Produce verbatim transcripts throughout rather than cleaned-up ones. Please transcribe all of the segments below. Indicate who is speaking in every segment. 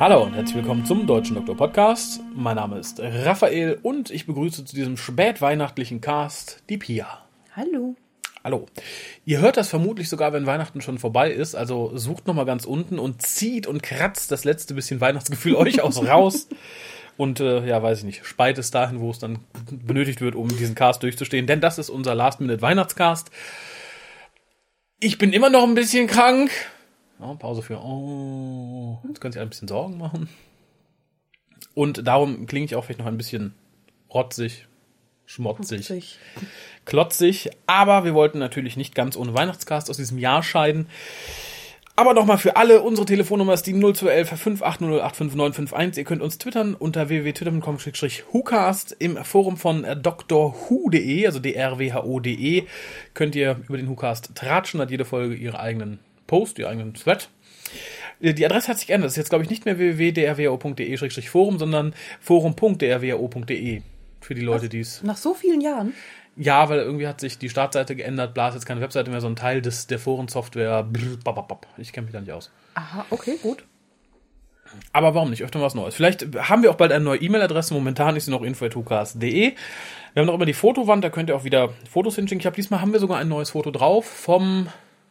Speaker 1: Hallo und herzlich willkommen zum Deutschen Doktor Podcast. Mein Name ist Raphael und ich begrüße zu diesem spätweihnachtlichen Cast die Pia.
Speaker 2: Hallo.
Speaker 1: Hallo. Ihr hört das vermutlich sogar, wenn Weihnachten schon vorbei ist, also sucht nochmal ganz unten und zieht und kratzt das letzte bisschen Weihnachtsgefühl euch aus raus. Und äh, ja, weiß ich nicht, speit es dahin, wo es dann benötigt wird, um diesen Cast durchzustehen. Denn das ist unser Last-Minute-Weihnachtscast. Ich bin immer noch ein bisschen krank. Ja, Pause für, oh, jetzt könnt ihr ein bisschen Sorgen machen. Und darum klinge ich auch vielleicht noch ein bisschen rotzig, schmotzig,
Speaker 2: Rotzig.
Speaker 1: klotzig. Aber wir wollten natürlich nicht ganz ohne Weihnachtscast aus diesem Jahr scheiden. Aber nochmal für alle, unsere Telefonnummer ist die null zwei eins fünf acht null acht fünf neun fünf eins. Ihr könnt uns twittern unter w w w punkt twitter punkt com slash whocast. Im Forum von drwho punkt de, also d r w h o punkt de, könnt ihr über den Whocast tratschen, hat jede Folge ihre eigenen Post, ihren eigenen Thread. Die Adresse hat sich geändert. Das ist jetzt, glaube ich, nicht mehr w w w punkt d r w h o punkt de slash forum, sondern forum punkt d r w h o punkt de für die Leute, die es...
Speaker 2: Nach so vielen Jahren?
Speaker 1: Ja, weil irgendwie hat sich die Startseite geändert, bla, ist jetzt keine Webseite mehr, so ein Teil des, der Forensoftware. Ich kenne mich da nicht aus.
Speaker 2: Aha, okay, gut.
Speaker 1: Aber warum nicht? Öfter was Neues. Vielleicht haben wir auch bald eine neue E-Mail-Adresse. Momentan ist sie noch info at whocast punkt de. Wir haben noch immer die Fotowand, da könnt ihr auch wieder Fotos hinschicken. Ich habe diesmal haben wir sogar ein neues Foto drauf vom...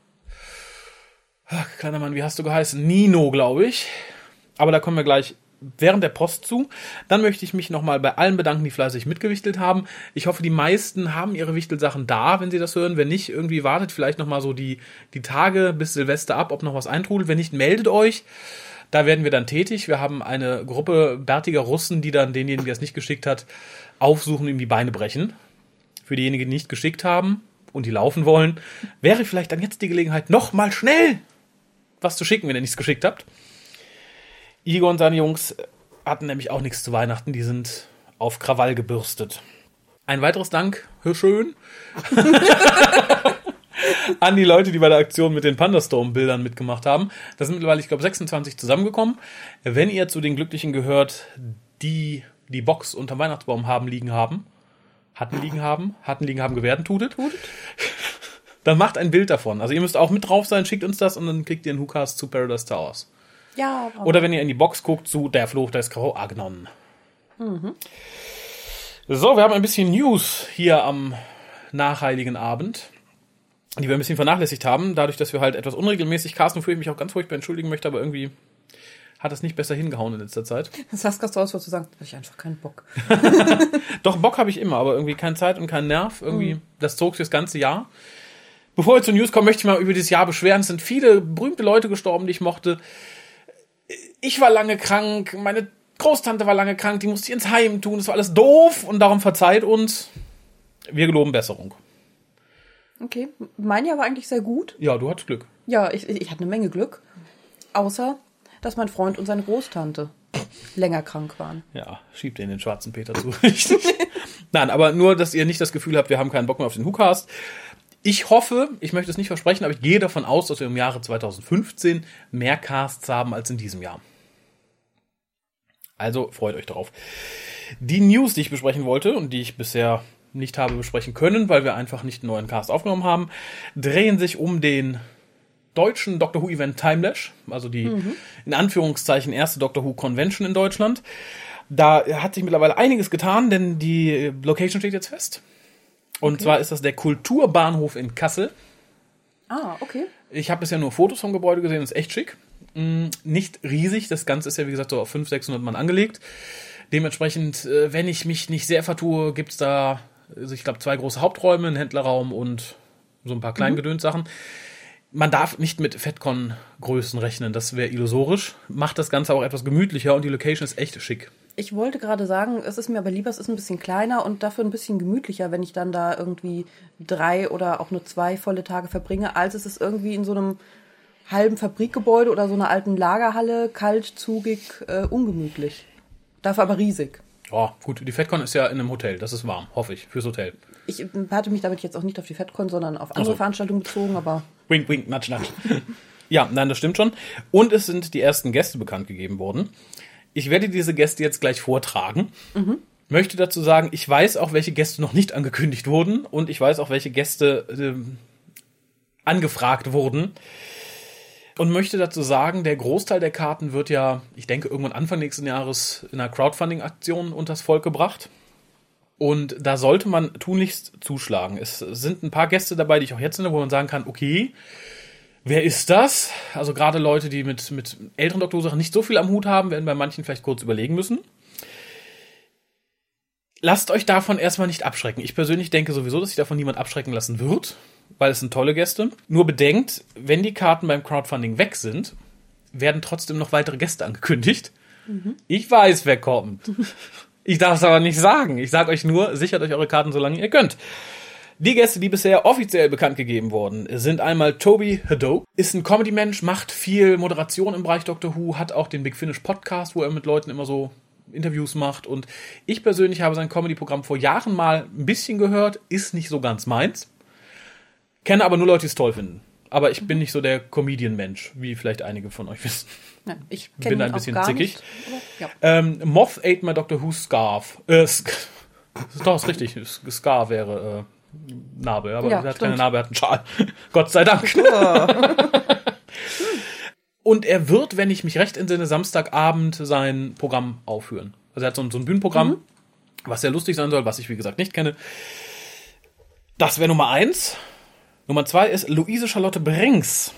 Speaker 1: Ach, kleiner Mann, wie hast du geheißen? Nino, glaube ich. Aber da kommen wir gleich während der Post zu. Dann möchte ich mich nochmal bei allen bedanken, die fleißig mitgewichtelt haben. Ich hoffe, die meisten haben ihre Wichtelsachen da, wenn sie das hören. Wenn nicht, irgendwie wartet vielleicht nochmal so die, die Tage bis Silvester ab, ob noch was eintrudelt. Wenn nicht, meldet euch. Da werden wir dann tätig. Wir haben eine Gruppe bärtiger Russen, die dann denjenigen, der es nicht geschickt hat, aufsuchen und ihm die Beine brechen. Für diejenigen, die nicht geschickt haben und die laufen wollen, wäre vielleicht dann jetzt die Gelegenheit, nochmal schnell was zu schicken, wenn ihr nichts geschickt habt. Igor und seine Jungs hatten nämlich auch nichts zu Weihnachten, die sind auf Krawall gebürstet. Ein weiteres Dank, hör schön, an die Leute, die bei der Aktion mit den Pandastorm-Bildern mitgemacht haben. Da sind mittlerweile, ich glaube, sechsundzwanzig zusammengekommen. Wenn ihr zu den Glücklichen gehört, die die Box unterm Weihnachtsbaum haben liegen haben, hatten liegen haben, hatten liegen haben, gewerden, tutet, tutet. Dann macht ein Bild davon. Also ihr müsst auch mit drauf sein, schickt uns das und dann kriegt ihr einen Whocast zu Paradise Towers.
Speaker 2: Ja. Warum?
Speaker 1: Oder wenn ihr in die Box guckt zu Der Fluch des Kroagnon. Mhm. So, wir haben ein bisschen News hier am nachheiligen Abend, die wir ein bisschen vernachlässigt haben. Dadurch, dass wir halt etwas unregelmäßig casten, wofür ich mich auch ganz furchtbar entschuldigen möchte, aber irgendwie hat das nicht besser hingehauen in letzter Zeit.
Speaker 2: Das hast du aus, was zu sagen. Da habe ich einfach keinen Bock.
Speaker 1: Doch, Bock habe ich immer, aber irgendwie keine Zeit und keinen Nerv. Irgendwie, mhm. Das zog sich das ganze Jahr. Bevor wir zu News kommen, möchte ich mal über dieses Jahr beschweren. Es sind viele berühmte Leute gestorben, die ich mochte. Ich war lange krank, meine Großtante war lange krank, die musste ich ins Heim tun. Das war alles doof und darum verzeiht uns. Wir geloben Besserung.
Speaker 2: Okay, mein Jahr war eigentlich sehr gut.
Speaker 1: Ja, du hattest Glück.
Speaker 2: Ja, ich, ich hatte eine Menge Glück. Außer, dass mein Freund und seine Großtante länger krank waren.
Speaker 1: Ja, schiebt ihr in den schwarzen Peter zu. Nein, aber nur, dass ihr nicht das Gefühl habt, wir haben keinen Bock mehr auf den Whocast. Ich hoffe, ich möchte es nicht versprechen, aber ich gehe davon aus, dass wir im Jahre zwanzig fünfzehn mehr Casts haben als in diesem Jahr. Also freut euch drauf. Die News, die ich besprechen wollte und die ich bisher nicht habe besprechen können, weil wir einfach nicht einen neuen Cast aufgenommen haben, drehen sich um den deutschen Doctor Who-Event Timelash, also die mhm. in Anführungszeichen erste Doctor Who-Convention in Deutschland. Da hat sich mittlerweile einiges getan, denn die Location steht jetzt fest. Und okay. zwar ist das der Kulturbahnhof in Kassel.
Speaker 2: Ah, okay.
Speaker 1: Ich habe bisher nur Fotos vom Gebäude gesehen, das ist echt schick. Nicht riesig, das Ganze ist ja wie gesagt so auf fünfhundert, sechshundert Mann angelegt. Dementsprechend, wenn ich mich nicht sehr vertue, gibt es da, also ich glaube, zwei große Haupträume, einen Händlerraum und so ein paar Kleingedöns-Sachen. Man darf nicht mit FedCon-Größen rechnen, das wäre illusorisch. Macht das Ganze auch etwas gemütlicher und die Location ist echt schick.
Speaker 2: Ich wollte gerade sagen, es ist mir aber lieber, es ist ein bisschen kleiner und dafür ein bisschen gemütlicher, wenn ich dann da irgendwie drei oder auch nur zwei volle Tage verbringe, als es ist irgendwie in so einem halben Fabrikgebäude oder so einer alten Lagerhalle, kalt, zugig, äh, ungemütlich. Dafür aber riesig.
Speaker 1: Ja, gut, die FedCon ist ja in einem Hotel, das ist warm, hoffe ich, fürs Hotel.
Speaker 2: Ich hatte mich damit jetzt auch nicht auf die FedCon, sondern auf andere so. Veranstaltungen bezogen, aber...
Speaker 1: Wink, wink, natsch, natsch. Ja, nein, das stimmt schon. Und es sind die ersten Gäste bekannt gegeben worden. Ich werde diese Gäste jetzt gleich vortragen. Mhm. Möchte dazu sagen, ich weiß auch, welche Gäste noch nicht angekündigt wurden und ich weiß auch, welche Gäste äh, angefragt wurden. und möchte dazu sagen, der Großteil der Karten wird ja, ich denke, irgendwann Anfang nächsten Jahres in einer Crowdfunding-Aktion unters Volk gebracht. Und da sollte man tunlichst zuschlagen. Es sind ein paar Gäste dabei, die ich auch jetzt nenne, wo man sagen kann, okay, wer ist das? Also gerade Leute, die mit, mit älteren Doktor Who-Sachen nicht so viel am Hut haben, werden bei manchen vielleicht kurz überlegen müssen. Lasst euch davon erstmal nicht abschrecken. Ich persönlich denke sowieso, dass sich davon niemand abschrecken lassen wird, weil es sind tolle Gäste. Nur bedenkt, wenn die Karten beim Crowdfunding weg sind, werden trotzdem noch weitere Gäste angekündigt. Mhm. Ich weiß, wer kommt. Ich darf es aber nicht sagen. Ich sage euch nur, sichert euch eure Karten, solange ihr könnt. Die Gäste, die bisher offiziell bekannt gegeben wurden, sind einmal Toby Hadoke, ist ein Comedy-Mensch, macht viel Moderation im Bereich Doctor Who, hat auch den Big Finish Podcast, wo er mit Leuten immer so Interviews macht. Und ich persönlich habe sein Comedy-Programm vor Jahren mal ein bisschen gehört, ist nicht so ganz meins. Kenne aber nur Leute, die es toll finden. Aber ich bin nicht so der Comedian-Mensch, wie vielleicht einige von euch wissen.
Speaker 2: Ja, ich
Speaker 1: bin da ein bisschen zickig.
Speaker 2: Nicht, ja.
Speaker 1: ähm, Moth ate my Doctor Who scarf. Äh, sk- doch, ist richtig. Scar wäre äh, Narbe, aber
Speaker 2: ja,
Speaker 1: er hat
Speaker 2: stimmt.
Speaker 1: keine Narbe, er hat einen Schal. Gott sei Dank. Und er wird, wenn ich mich recht entsinne, Samstagabend sein Programm aufführen. Also er hat so ein, so ein Bühnenprogramm, mhm. was sehr lustig sein soll, was ich wie gesagt nicht kenne. Das wäre Nummer eins. Nummer zwei ist Luise Charlotte Brengs.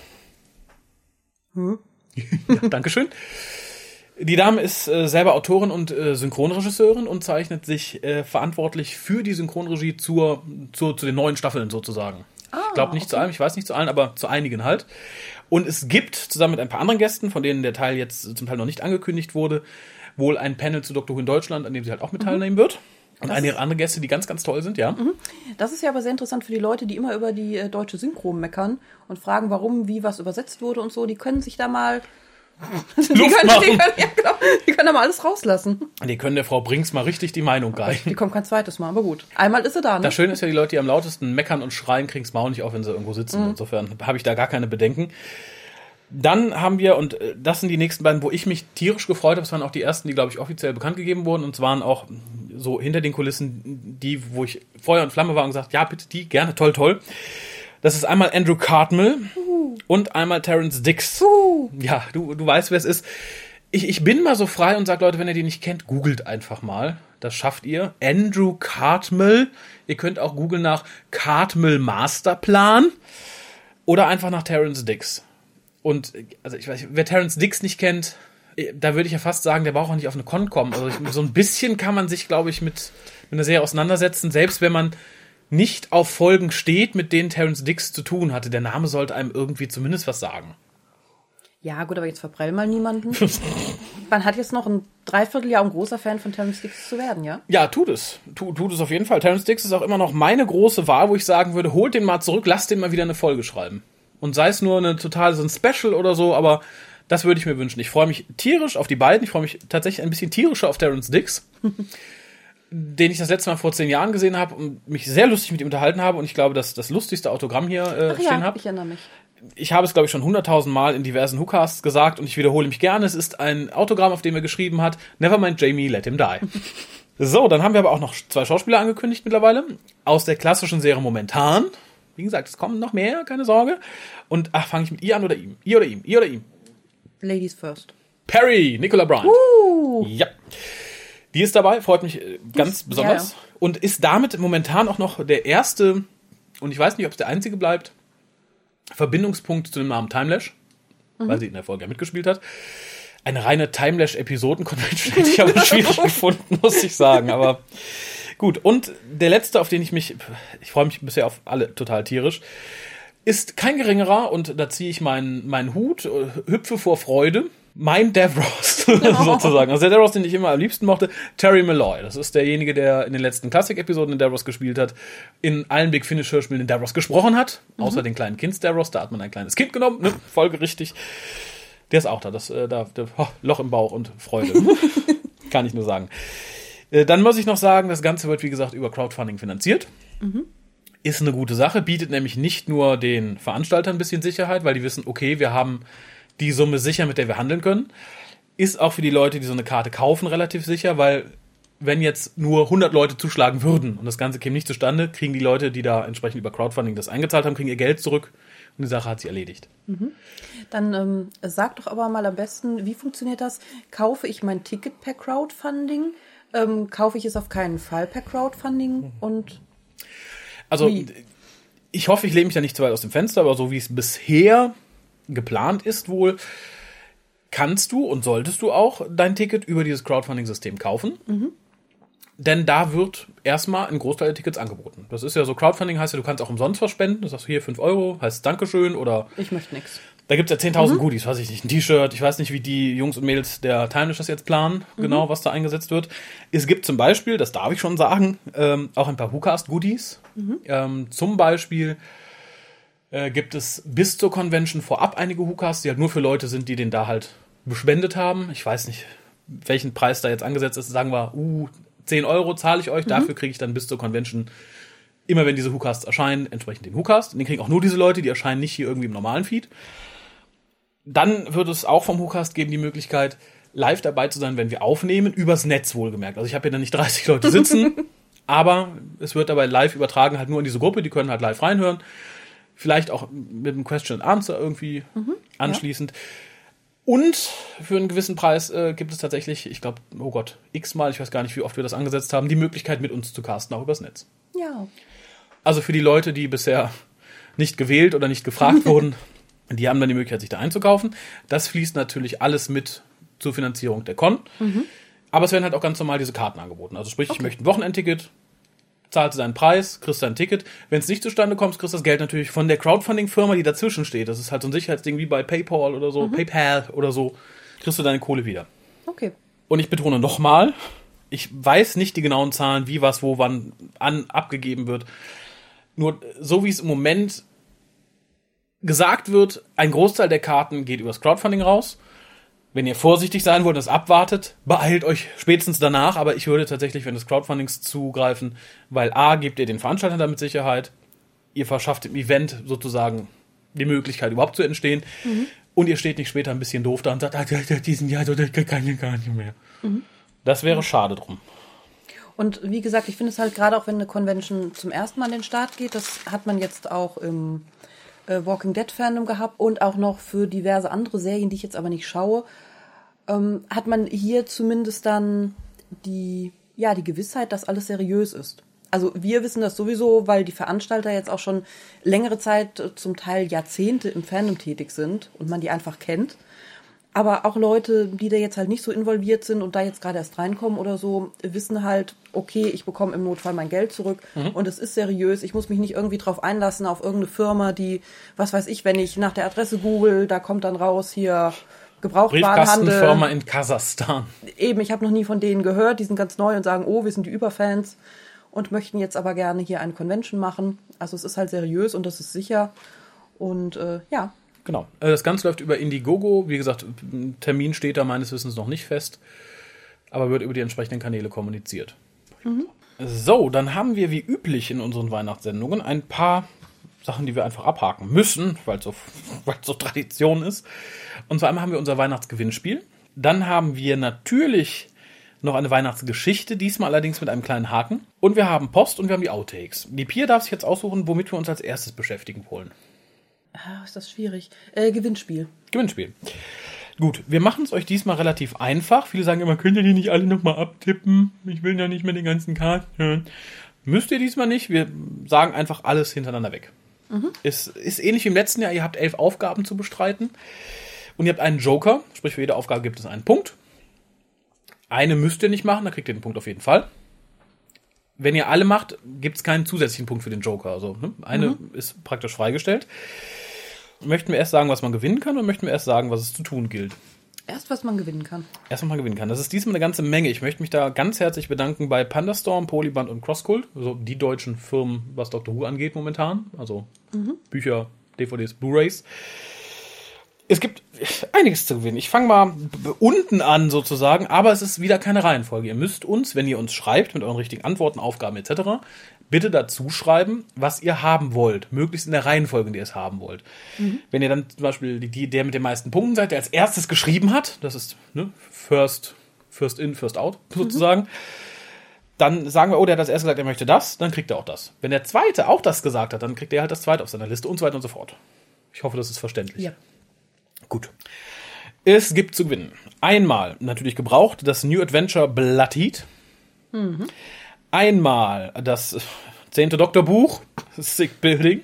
Speaker 1: Hm? Ja, Dankeschön. Die Dame ist äh, selber Autorin und äh, Synchronregisseurin und zeichnet sich äh, verantwortlich für die Synchronregie zur, zur, zu den neuen Staffeln sozusagen. Ah, ich glaube nicht okay. zu allem, ich weiß nicht zu allen, aber zu einigen halt. Und es gibt, zusammen mit ein paar anderen Gästen, von denen der Teil jetzt zum Teil noch nicht angekündigt wurde, wohl ein Panel zu Doctor Who in Deutschland, an dem sie halt auch mit teilnehmen mhm. wird. Und das einige andere Gäste, die ganz, ganz toll sind, ja. Mhm.
Speaker 2: Das ist ja aber sehr interessant für die Leute, die immer über die äh, deutsche Synchro meckern und fragen, warum, wie was übersetzt wurde und so. Die können sich da mal... die, können, die, können, ja, genau, die können da mal alles rauslassen.
Speaker 1: Die können der Frau Brinks mal richtig die Meinung geigen.
Speaker 2: Die kommt kein zweites Mal, aber gut. Einmal ist sie da, ne?
Speaker 1: Das Schöne ist ja, die Leute, die am lautesten meckern und schreien, kriegen es Maul nicht auf, wenn sie irgendwo sitzen. Mhm. Insofern habe ich da gar keine Bedenken. Dann haben wir, und das sind die nächsten beiden, wo ich mich tierisch gefreut habe, das waren auch die ersten, die, glaube ich, offiziell bekannt gegeben wurden, und es waren auch so hinter den Kulissen die, wo ich Feuer und Flamme war und gesagt, ja, bitte die, gerne, toll, toll. Das ist einmal Andrew Cartmel uh. und einmal Terrence Dicks. Uh. Ja, du, du weißt, wer es ist. Ich, ich bin mal so frei und sage, Leute, wenn ihr die nicht kennt, googelt einfach mal. Das schafft ihr. Andrew Cartmel. Ihr könnt auch googeln nach Cartmel Masterplan oder einfach nach Terrence Dicks. Und also ich weiß, wer Terrence Dicks nicht kennt, da würde ich ja fast sagen, der braucht auch nicht auf eine Con kommen. Also ich, so ein bisschen kann man sich, glaube ich, mit, mit einer Serie auseinandersetzen, selbst wenn man nicht auf Folgen steht, mit denen Terrence Dicks zu tun hatte. Der Name sollte einem irgendwie zumindest was sagen.
Speaker 2: Ja, gut, aber jetzt verprell mal niemanden. Man hat jetzt noch ein Dreivierteljahr, um großer Fan von Terrence Dicks zu werden, ja?
Speaker 1: Ja, tut es. Tu, tut es auf jeden Fall. Terrence Dicks ist auch immer noch meine große Wahl, wo ich sagen würde, holt den mal zurück, lasst den mal wieder eine Folge schreiben. Und sei es nur eine total so ein Special oder so, aber das würde ich mir wünschen. Ich freue mich tierisch auf die beiden. Ich freue mich tatsächlich ein bisschen tierischer auf Terrence Dicks, den ich das letzte Mal vor zehn Jahren gesehen habe und mich sehr lustig mit ihm unterhalten habe. Und ich glaube, dass das lustigste Autogramm hier äh,
Speaker 2: Ach
Speaker 1: stehen
Speaker 2: ja,
Speaker 1: habe.
Speaker 2: Ich erinnere mich.
Speaker 1: Ich habe es, glaube ich, schon hunderttausend Mal in diversen Whocasts gesagt und ich wiederhole mich gerne. Es ist ein Autogramm, auf dem er geschrieben hat, Nevermind Jamie, let him die. So, dann haben wir aber auch noch zwei Schauspieler angekündigt mittlerweile. Aus der klassischen Serie momentan. Wie gesagt, es kommen noch mehr, keine Sorge. Und, ach, fange ich mit ihr an oder ihm? Ihr oder ihm? Ihr oder ihm?
Speaker 2: Ladies first.
Speaker 1: Perry, Nicola Bryant.
Speaker 2: Uh.
Speaker 1: Ja. Die ist dabei, freut mich ganz besonders. Ja, ja. Und ist damit momentan auch noch der erste, und ich weiß nicht, ob es der einzige bleibt, Verbindungspunkt zu dem Namen Timelash, mhm. weil sie in der Folge mitgespielt hat. Eine reine Timelash-Episoden-Convention hätte ich aber schwierig gefunden, muss ich sagen. Aber gut, und der letzte, auf den ich mich, ich freue mich bisher auf alle total tierisch, ist kein geringerer, und da ziehe ich meinen, meinen Hut, hüpfe vor Freude, mein Davros, oh. sozusagen. Also der Davros, den ich immer am liebsten mochte, Terry Malloy. Das ist derjenige, der in den letzten Klassik-Episoden in Davros gespielt hat, in allen Big Finish-Hörspielen in Davros gesprochen hat, mhm. außer den kleinen Kinds-Davros, da hat man ein kleines Kind genommen, ne? Folgerichtig. Der ist auch da, das äh, da, der, oh, Loch im Bauch und Freude. Kann ich nur sagen. Äh, dann muss ich noch sagen, das Ganze wird, wie gesagt, über Crowdfunding finanziert. Mhm. Ist eine gute Sache, bietet nämlich nicht nur den Veranstaltern ein bisschen Sicherheit, weil die wissen, okay, wir haben die Summe sicher, mit der wir handeln können. Ist auch für die Leute, die so eine Karte kaufen, relativ sicher, weil wenn jetzt nur hundert Leute zuschlagen würden und das Ganze käme nicht zustande, kriegen die Leute, die da entsprechend über Crowdfunding das eingezahlt haben, kriegen ihr Geld zurück und die Sache hat sich erledigt.
Speaker 2: Mhm. Dann ähm, sag doch aber mal am besten, wie funktioniert das? Kaufe ich mein Ticket per Crowdfunding? Ähm, kaufe ich es auf keinen Fall per Crowdfunding? Und
Speaker 1: Also,
Speaker 2: wie?
Speaker 1: Ich hoffe, ich lehne mich da nicht zu weit aus dem Fenster, aber so wie es bisher geplant ist wohl, kannst du und solltest du auch dein Ticket über dieses Crowdfunding-System kaufen. Mhm. Denn da wird erstmal ein Großteil der Tickets angeboten. Das ist ja so, Crowdfunding heißt ja, du kannst auch umsonst was spenden. Das sagst du hier fünf Euro, heißt Dankeschön oder...
Speaker 2: Ich möchte nichts.
Speaker 1: Da gibt es ja zehntausend mhm. Goodies, weiß ich nicht, ein T-Shirt. Ich weiß nicht, wie die Jungs und Mädels der Timelash das jetzt planen, mhm. genau, was da eingesetzt wird. Es gibt zum Beispiel, das darf ich schon sagen, ähm, auch ein paar WhoCast-Goodies. Mhm. Ähm, zum Beispiel äh, gibt es bis zur Convention vorab einige WhoCasts, die halt nur für Leute sind, die den da halt bespendet haben. Ich weiß nicht, welchen Preis da jetzt angesetzt ist. Sagen wir, uh, zehn Euro zahle ich euch, mhm. dafür kriege ich dann bis zur Convention, immer wenn diese WhoCasts erscheinen, entsprechend den WhoCast. Und den kriegen auch nur diese Leute, die erscheinen nicht hier irgendwie im normalen Feed. Dann wird es auch vom WhoCast geben die Möglichkeit, live dabei zu sein, wenn wir aufnehmen, übers Netz wohlgemerkt. Also ich habe hier dann nicht dreißig Leute sitzen, aber es wird dabei live übertragen, halt nur in diese Gruppe, die können halt live reinhören. Vielleicht auch mit einem Question and Answer irgendwie mhm, anschließend. Ja. Und für einen gewissen Preis äh, gibt es tatsächlich, ich glaube, oh Gott, x-mal, ich weiß gar nicht, wie oft wir das angesetzt haben, die Möglichkeit mit uns zu casten, auch übers Netz.
Speaker 2: Ja.
Speaker 1: Also für die Leute, die bisher nicht gewählt oder nicht gefragt wurden, die haben dann die Möglichkeit, sich da einzukaufen. Das fließt natürlich alles mit zur Finanzierung der Con. Mhm. Aber es werden halt auch ganz normal diese Karten angeboten. Also sprich, okay. Ich möchte ein Wochenendticket, zahlst seinen Preis, kriegst dein Ticket. Wenn es nicht zustande kommt, kriegst du das Geld natürlich von der Crowdfunding-Firma, die dazwischen steht. Das ist halt so ein Sicherheitsding wie bei PayPal oder so, mhm. PayPal oder so. Kriegst du deine Kohle wieder.
Speaker 2: Okay.
Speaker 1: Und ich betone nochmal, ich weiß nicht die genauen Zahlen, wie, was, wo, wann an abgegeben wird. Nur so wie es im Moment gesagt wird, ein Großteil der Karten geht übers Crowdfunding raus. Wenn ihr vorsichtig sein wollt und es abwartet, beeilt euch spätestens danach. Aber ich würde tatsächlich, wenn des Crowdfundings zugreifen, weil A, gebt ihr den Veranstaltern damit Sicherheit, ihr verschafft dem Event sozusagen die Möglichkeit, überhaupt zu entstehen. Mhm. Und ihr steht nicht später ein bisschen doof da und sagt, ah, diesen Jahr, das kann ich gar nicht mehr. Mhm. Das wäre schade drum.
Speaker 2: Und wie gesagt, ich finde es halt gerade auch, wenn eine Convention zum ersten Mal an den Start geht, das hat man jetzt auch im äh, Walking Dead Fandom gehabt und auch noch für diverse andere Serien, die ich jetzt aber nicht schaue, ähm, hat man hier zumindest dann die, ja, die Gewissheit, dass alles seriös ist. Also wir wissen das sowieso, weil die Veranstalter jetzt auch schon längere Zeit, zum Teil Jahrzehnte im Fandom tätig sind und man die einfach kennt. Aber auch Leute, die da jetzt halt nicht so involviert sind und da jetzt gerade erst reinkommen oder so, wissen halt, okay, ich bekomme im Notfall mein Geld zurück mhm. und es ist seriös. Ich muss mich nicht irgendwie drauf einlassen auf irgendeine Firma, die, was weiß ich, wenn ich nach der Adresse google, da kommt dann raus hier Gebrauchtwarenhandel.
Speaker 1: Briefkastenfirma in Kasachstan.
Speaker 2: Eben, ich habe noch nie von denen gehört. Die sind ganz neu und sagen, oh, wir sind die Überfans und möchten jetzt aber gerne hier eine Convention machen. Also es ist halt seriös und das ist sicher. Und äh, ja.
Speaker 1: Genau. Das Ganze läuft über Indiegogo. Wie gesagt, ein Termin steht da meines Wissens noch nicht fest, aber wird über die entsprechenden Kanäle kommuniziert. Mhm. So, dann haben wir wie üblich in unseren Weihnachtssendungen ein paar Sachen, die wir einfach abhaken müssen, weil es so, weil es so Tradition ist. Und zwar einmal haben wir unser Weihnachtsgewinnspiel. Dann haben wir natürlich noch eine Weihnachtsgeschichte, diesmal allerdings mit einem kleinen Haken. Und wir haben Post und wir haben die Outtakes. Die Pia darf sich jetzt aussuchen, womit wir uns als erstes beschäftigen wollen.
Speaker 2: Ah, ist das schwierig. Äh, Gewinnspiel.
Speaker 1: Gewinnspiel. Gut, wir machen es euch diesmal relativ einfach. Viele sagen immer, könnt ihr die nicht alle nochmal abtippen? Ich will ja nicht mehr den ganzen Karten hören. Müsst ihr diesmal nicht. Wir sagen einfach alles hintereinander weg. Mhm. Es ist ähnlich wie im letzten Jahr. Ihr habt elf Aufgaben zu bestreiten. Und ihr habt einen Joker. Sprich, für jede Aufgabe gibt es einen Punkt. Eine müsst ihr nicht machen, da kriegt ihr den Punkt auf jeden Fall. Wenn ihr alle macht, gibt es keinen zusätzlichen Punkt für den Joker. Also ne? eine mhm. ist praktisch freigestellt. Möchten wir erst sagen, was man gewinnen kann, oder möchten wir erst sagen, was es zu tun gilt?
Speaker 2: Erst, was man gewinnen kann.
Speaker 1: Erst, was man gewinnen kann. Das ist diesmal eine ganze Menge. Ich möchte mich da ganz herzlich bedanken bei Pandastorm, Polyband und Crosscult. Also die deutschen Firmen, was Doctor Who angeht momentan. Also mhm. Bücher, D V Ds, Blu-Rays. Es gibt einiges zu gewinnen. Ich fange mal unten an sozusagen, aber es ist wieder keine Reihenfolge. Ihr müsst uns, wenn ihr uns schreibt, mit euren richtigen Antworten, Aufgaben et cetera, bitte dazu schreiben, was ihr haben wollt. Möglichst in der Reihenfolge, in der ihr es haben wollt. Mhm. Wenn ihr dann zum Beispiel die, der mit den meisten Punkten seid, der als erstes geschrieben hat, das ist ne, first, first in, first out sozusagen, mhm. dann sagen wir, oh, der hat als erstes gesagt, er möchte das, dann kriegt er auch das. Wenn der zweite auch das gesagt hat, dann kriegt er halt das zweite auf seiner Liste und so weiter und so fort. Ich hoffe, das ist verständlich.
Speaker 2: Ja.
Speaker 1: Gut. Es gibt zu gewinnen. Einmal, natürlich gebraucht, das New Adventure Blood Heat. Mhm. Einmal das zehnte Doktorbuch, Sick Building.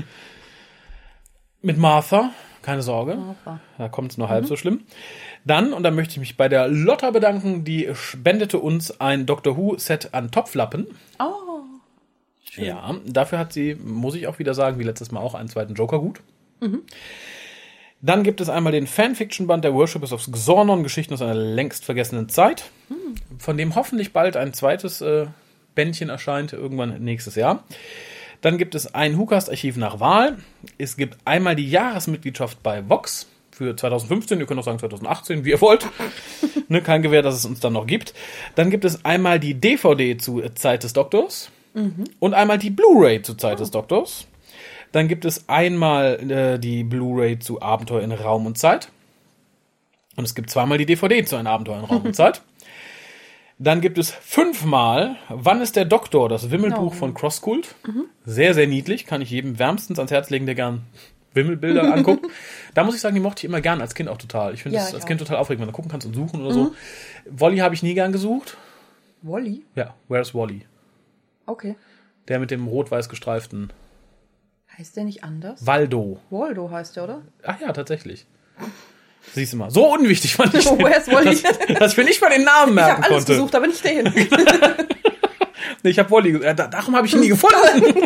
Speaker 1: Mit Martha, keine Sorge. Martha. Da kommt es nur mhm. halb so schlimm. Dann, und da möchte ich mich bei der Lotta bedanken, die spendete uns ein Doctor Who-Set an Topflappen.
Speaker 2: Oh, schön.
Speaker 1: Ja, dafür hat sie, muss ich auch wieder sagen, wie letztes Mal auch, einen zweiten Joker-Hut. Mhm. Dann gibt es einmal den Fanfiction-Band der Worshippers of Xornon, Geschichten aus einer längst vergessenen Zeit, mhm. von dem hoffentlich bald ein zweites äh, Bändchen erscheint, irgendwann nächstes Jahr. Dann gibt es ein WhoCast-Archiv nach Wahl. Es gibt einmal die Jahresmitgliedschaft bei Vox für zwanzig fünfzehn, ihr könnt auch sagen zwanzig achtzehn, wie ihr wollt. Ne, kein Gewähr, dass es uns dann noch gibt. Dann gibt es einmal die D V D zu Zeit des Doktors mhm. und einmal die Blu-ray zu Zeit oh. des Doktors. Dann gibt es einmal äh, die Blu-ray zu Abenteuer in Raum und Zeit. Und es gibt zweimal die D V D zu einem Abenteuer in Raum und Zeit. Dann gibt es fünfmal Wann ist der Doktor? Das Wimmelbuch no. von Crosskult. Mhm. Sehr, sehr niedlich. Kann ich jedem wärmstens ans Herz legen, der gern Wimmelbilder anguckt. Da muss ich sagen, die mochte ich immer gern, als Kind auch total. Ich finde
Speaker 2: ja,
Speaker 1: das als
Speaker 2: auch.
Speaker 1: Kind total aufregend, wenn du gucken kannst und suchen oder mhm. so. Wally habe ich nie gern gesucht.
Speaker 2: Wally?
Speaker 1: Ja, Where's Wally?
Speaker 2: Okay.
Speaker 1: Der mit dem rot-weiß gestreiften.
Speaker 2: Heißt der nicht anders?
Speaker 1: Waldo.
Speaker 2: Waldo heißt der, oder?
Speaker 1: Ach ja, tatsächlich. Siehst du mal, so unwichtig fand ich den,
Speaker 2: Where's Wally?
Speaker 1: dass, dass ich mir nicht mal den Namen merken
Speaker 2: konnte. Ich habe alles
Speaker 1: konnte.
Speaker 2: gesucht, aber nicht den.
Speaker 1: Nee, ich habe Wally gesucht. Darum habe ich ihn nie gefunden.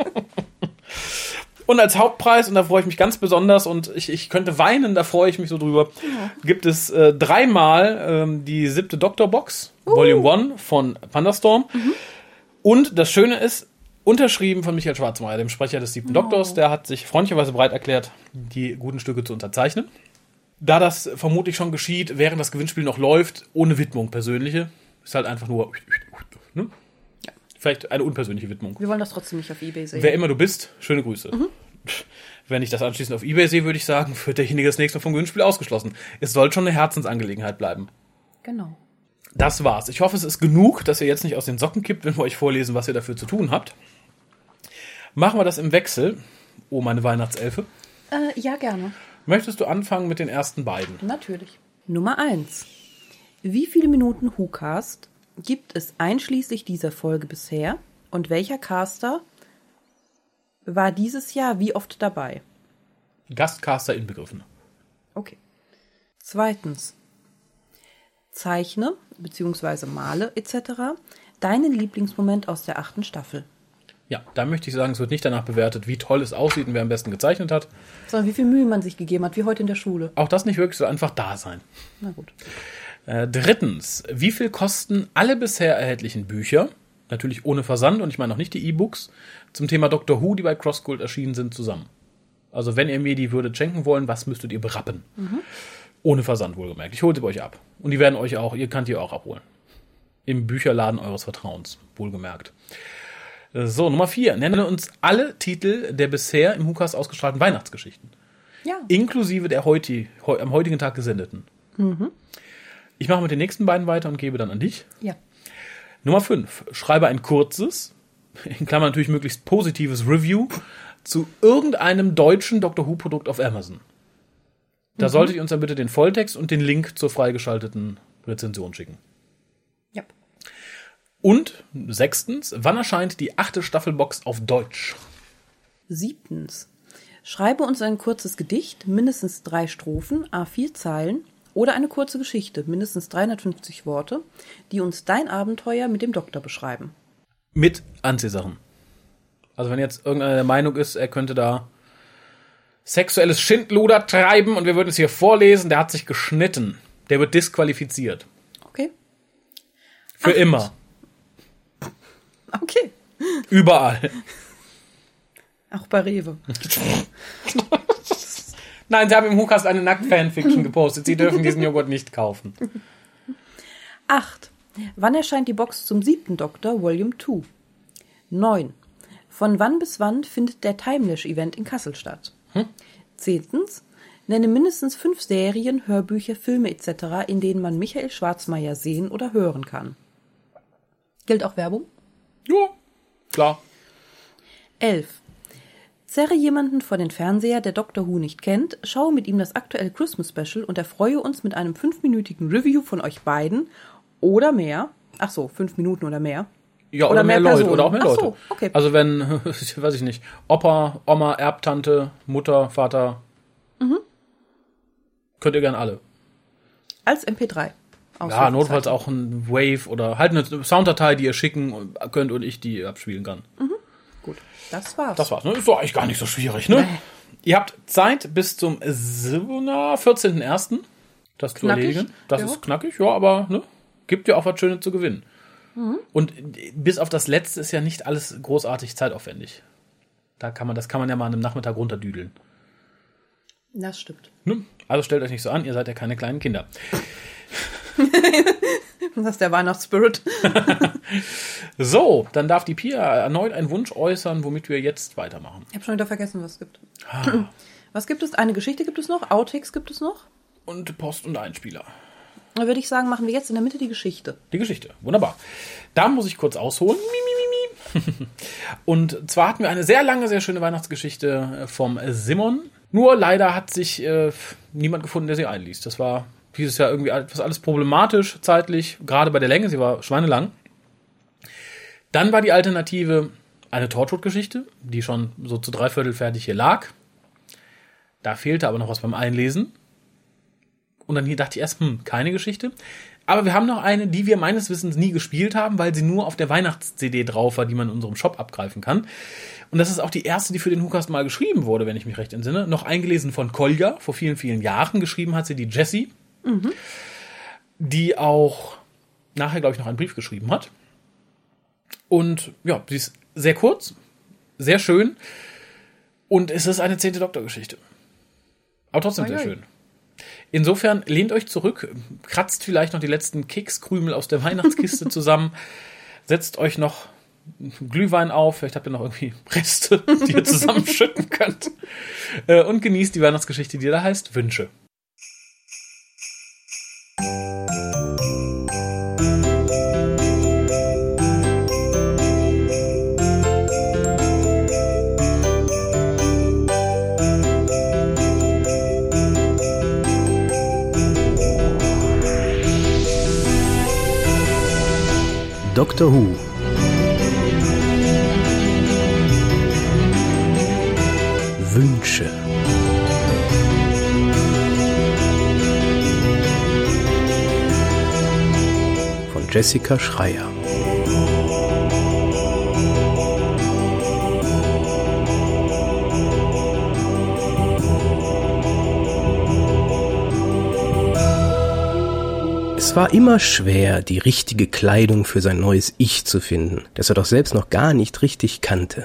Speaker 1: Und als Hauptpreis, und da freue ich mich ganz besonders, und ich, ich könnte weinen, da freue ich mich so drüber, ja. gibt es äh, dreimal ähm, die siebte Doktor-Box, uh. Volume eins von Pandastorm. Mhm. Und das Schöne ist, unterschrieben von Michael Schwarzmeier, dem Sprecher des siebten oh. Doktors. Der hat sich freundlicherweise bereit erklärt, die guten Stücke zu unterzeichnen. Da das vermutlich schon geschieht, während das Gewinnspiel noch läuft, ohne Widmung persönliche, ist halt einfach nur ne? ja. vielleicht eine unpersönliche Widmung.
Speaker 2: Wir wollen das trotzdem nicht auf eBay sehen.
Speaker 1: Wer immer du bist, schöne Grüße. Mhm. Wenn ich das anschließend auf eBay sehe, würde ich sagen, wird derjenige das nächste Mal vom Gewinnspiel ausgeschlossen. Es soll schon eine Herzensangelegenheit bleiben.
Speaker 2: Genau.
Speaker 1: Das war's. Ich hoffe, es ist genug, dass ihr jetzt nicht aus den Socken kippt, wenn wir euch vorlesen, was ihr dafür zu tun habt. Machen wir das im Wechsel. Oh, meine Weihnachtselfe.
Speaker 2: Äh, ja, gerne.
Speaker 1: Möchtest du anfangen mit den ersten beiden?
Speaker 2: Natürlich. Nummer eins. Wie viele Minuten WhoCast gibt es einschließlich dieser Folge bisher? Und welcher Caster war dieses Jahr wie oft dabei?
Speaker 1: Gastcaster inbegriffen.
Speaker 2: Okay. Zweitens. Zeichne bzw. male et cetera deinen Lieblingsmoment aus der achten Staffel.
Speaker 1: Ja, da möchte ich sagen, es wird nicht danach bewertet, wie toll es aussieht und wer am besten gezeichnet hat.
Speaker 2: Sondern wie viel Mühe man sich gegeben hat, wie heute in der Schule.
Speaker 1: Auch das nicht wirklich, so einfach da sein.
Speaker 2: Na gut.
Speaker 1: Äh, drittens, wie viel kosten alle bisher erhältlichen Bücher, natürlich ohne Versand, und ich meine auch nicht die E-Books, zum Thema Doctor Who, die bei Crosskult erschienen sind, zusammen? Also wenn ihr mir die würdet schenken wollen, was müsstet ihr berappen? Mhm. Ohne Versand wohlgemerkt. Ich hole sie bei euch ab. Und die werden euch auch, ihr könnt die auch abholen. Im Bücherladen eures Vertrauens, wohlgemerkt. So, Nummer vier. Nenne uns alle Titel der bisher im WhoCast ausgestrahlten Weihnachtsgeschichten.
Speaker 2: Ja. Inklusive
Speaker 1: der heute, he, am heutigen Tag gesendeten. Mhm. Ich mache mit den nächsten beiden weiter und gebe dann an dich.
Speaker 2: Ja.
Speaker 1: Nummer fünf. Schreibe ein kurzes, in Klammern natürlich möglichst positives Review zu irgendeinem deutschen Doctor Who-Produkt auf Amazon. Da mhm. solltet ihr uns dann bitte den Volltext und den Link zur freigeschalteten Rezension schicken.
Speaker 2: Ja.
Speaker 1: Und sechstens, wann erscheint die achte Staffelbox auf Deutsch?
Speaker 2: Siebtens, schreibe uns ein kurzes Gedicht, mindestens drei Strophen, à vier Zeilen, oder eine kurze Geschichte, mindestens dreihundertfünfzig Worte, die uns dein Abenteuer mit dem Doktor beschreiben.
Speaker 1: Mit Anziehsachen. Also wenn jetzt irgendeiner der Meinung ist, er könnte da sexuelles Schindluder treiben und wir würden es hier vorlesen, der hat sich geschnitten. Der wird disqualifiziert.
Speaker 2: Okay.
Speaker 1: Für
Speaker 2: Acht.
Speaker 1: immer.
Speaker 2: Okay.
Speaker 1: Überall.
Speaker 2: Auch bei Rewe.
Speaker 1: Nein, sie haben im WhoCast eine Nackt-Fanfiction gepostet. Sie dürfen diesen Joghurt nicht kaufen.
Speaker 2: Acht. Wann erscheint die Box zum siebten Doktor, Volume zwei? Neun. Von wann bis wann findet der Timelash-Event in Kassel statt? Hm? Zehntens. Nenne mindestens fünf Serien, Hörbücher, Filme et cetera, in denen man Michael Schwarzmeier sehen oder hören kann. Gilt auch Werbung?
Speaker 1: Ja, klar.
Speaker 2: Elf. Zerre jemanden vor den Fernseher, der Doctor Who nicht kennt, schaue mit ihm das aktuelle Christmas Special und erfreue uns mit einem fünfminütigen Review von euch beiden oder mehr. Ach so, fünf Minuten oder mehr.
Speaker 1: Ja, oder, oder mehr, mehr Leute, oder auch mehr Leute.
Speaker 2: Ach so, okay.
Speaker 1: Also wenn, weiß ich nicht, Opa, Oma, Erbtante, Mutter, Vater, mhm. könnt ihr gern alle.
Speaker 2: Als M P drei.
Speaker 1: Ja, notfalls auch ein Wave oder halt eine Sounddatei, die ihr schicken könnt und ich die abspielen kann.
Speaker 2: Mhm. Gut, das war's.
Speaker 1: Das war's, ne? Ist doch eigentlich gar nicht so schwierig, ne? Nee. Ihr habt Zeit bis zum vierzehnten ersten das zu knackig. erledigen. Das ja. ist knackig, ja, aber ne? Gibt ja auch was Schönes zu gewinnen. Mhm. Und bis auf das Letzte ist ja nicht alles großartig zeitaufwendig. Da kann man, das kann man ja mal an einem Nachmittag runterdüdeln.
Speaker 2: Das stimmt.
Speaker 1: Ne? Also stellt euch nicht so an, ihr seid ja keine kleinen Kinder.
Speaker 2: Das ist der Weihnachtsspirit.
Speaker 1: So, dann darf die Pia erneut einen Wunsch äußern, womit wir jetzt weitermachen.
Speaker 2: Ich habe schon wieder vergessen, was es gibt. Ah. Was gibt es? Eine Geschichte gibt es noch? Outtakes gibt es noch?
Speaker 1: Und Post und Einspieler.
Speaker 2: Dann würde ich sagen, machen wir jetzt in der Mitte die Geschichte.
Speaker 1: Die Geschichte, wunderbar. Da muss ich kurz ausholen. Und zwar hatten wir eine sehr lange, sehr schöne Weihnachtsgeschichte vom Simon. Nur leider hat sich äh, niemand gefunden, der sie einliest. Das war dieses Jahr irgendwie etwas alles problematisch zeitlich, gerade bei der Länge, sie war schweinelang. Dann war die Alternative eine Torchwood-Geschichte, die schon so zu dreiviertel fertig hier lag. Da fehlte aber noch was beim Einlesen. Und dann hier dachte ich erst, hm, keine Geschichte. Aber wir haben noch eine, die wir meines Wissens nie gespielt haben, weil sie nur auf der Weihnachts-C D drauf war, die man in unserem Shop abgreifen kann. Und das ist auch die erste, die für den WhoCast mal geschrieben wurde, wenn ich mich recht entsinne. Noch eingelesen von Kolja, vor vielen, vielen Jahren. Geschrieben hat sie die Jessie, mhm. die auch nachher, glaube ich, noch einen Brief geschrieben hat. Und ja, sie ist sehr kurz, sehr schön. Und es ist eine zehnte Doktorgeschichte. Aber trotzdem sehr schön. Insofern lehnt euch zurück, kratzt vielleicht noch die letzten Kekskrümel aus der Weihnachtskiste zusammen, setzt euch noch Glühwein auf, vielleicht habt ihr noch irgendwie Reste, die ihr zusammenschütten könnt, und genießt die Weihnachtsgeschichte, die da heißt Wünsche.
Speaker 3: Doctor Who. Wünsche. Von Jessica Schreier. Es war immer schwer, die richtige Kleidung für sein neues Ich zu finden, das er doch selbst noch gar nicht richtig kannte.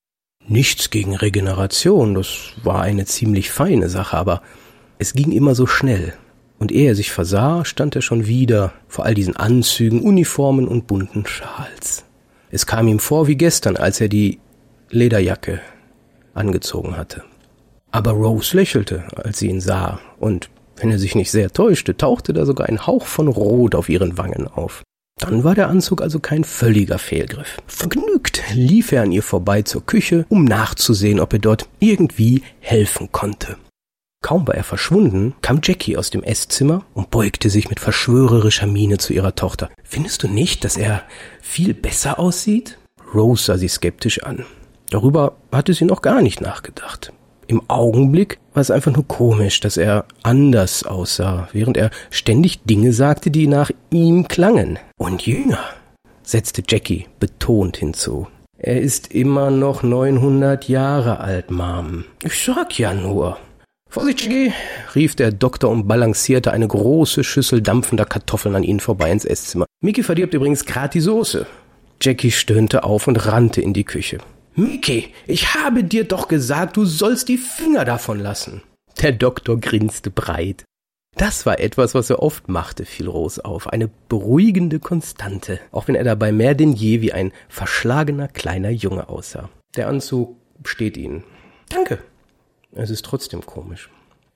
Speaker 3: Nichts gegen Regeneration, das war eine ziemlich feine Sache, aber es ging immer so schnell. Und ehe er sich versah, stand er schon wieder vor all diesen Anzügen, Uniformen und bunten Schals. Es kam ihm vor wie gestern, als er die Lederjacke angezogen hatte. Aber Rose lächelte, als sie ihn sah, und wenn er sich nicht sehr täuschte, tauchte da sogar ein Hauch von Rot auf ihren Wangen auf. Dann war der Anzug also kein völliger Fehlgriff. Vergnügt lief er an ihr vorbei zur Küche, um nachzusehen, ob er dort irgendwie helfen konnte. Kaum war er verschwunden, kam Jackie aus dem Esszimmer und beugte sich mit verschwörerischer Miene zu ihrer Tochter. »Findest du nicht, dass er viel besser aussieht?« Rose sah sie skeptisch an. Darüber hatte sie noch gar nicht nachgedacht. Im Augenblick war es einfach nur komisch, dass er anders aussah, während er ständig Dinge sagte, die nach ihm klangen. Und jünger, setzte Jackie betont hinzu. Er ist immer noch neunhundert Jahre alt, Mom. Ich sag ja nur. Vorsicht, Jackie, rief der Doktor und balancierte eine große Schüssel dampfender Kartoffeln an ihnen vorbei ins Esszimmer. Mickey verdirbt übrigens grad die Soße. Jackie stöhnte auf und rannte in die Küche. Mickey, ich habe dir doch gesagt, du sollst die Finger davon lassen. Der Doktor grinste breit. Das war etwas, was er oft machte, fiel Rose auf. Eine beruhigende Konstante, auch wenn er dabei mehr denn je wie ein verschlagener kleiner Junge aussah. Der Anzug steht Ihnen. Danke. Es ist trotzdem komisch.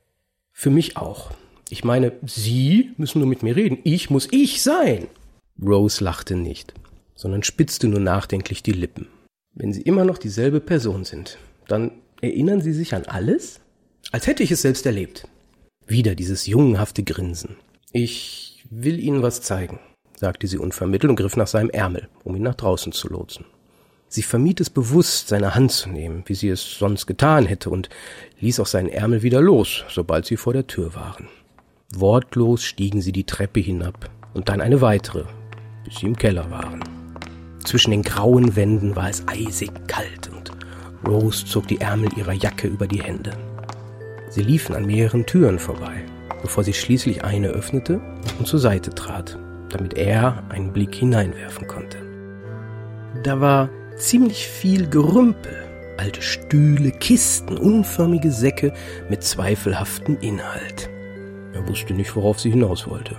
Speaker 3: Für mich auch. Ich meine, Sie müssen nur mit mir reden. Ich muss ich sein. Rose lachte nicht, sondern spitzte nur nachdenklich die Lippen. Wenn Sie immer noch dieselbe Person sind, dann Erinnern Sie sich an alles? Als hätte ich es selbst erlebt. Wieder dieses jungenhafte Grinsen. Ich will Ihnen was zeigen, sagte sie unvermittelt und griff nach seinem Ärmel, um ihn nach draußen zu lotsen. Sie vermied es bewusst, seine Hand zu nehmen, wie sie es sonst getan hätte, und ließ auch seinen Ärmel wieder los, sobald sie vor der Tür waren. Wortlos stiegen sie die Treppe hinab und dann eine weitere, bis sie im Keller waren. Zwischen den grauen Wänden war es eisig kalt und Rose zog die Ärmel ihrer Jacke über die Hände. Sie liefen an mehreren Türen vorbei, bevor sie schließlich eine öffnete und zur Seite trat, damit er einen Blick hineinwerfen konnte. Da war ziemlich viel Gerümpel, alte Stühle, Kisten, unförmige Säcke mit zweifelhaftem Inhalt. Er wusste nicht, worauf sie hinaus wollte.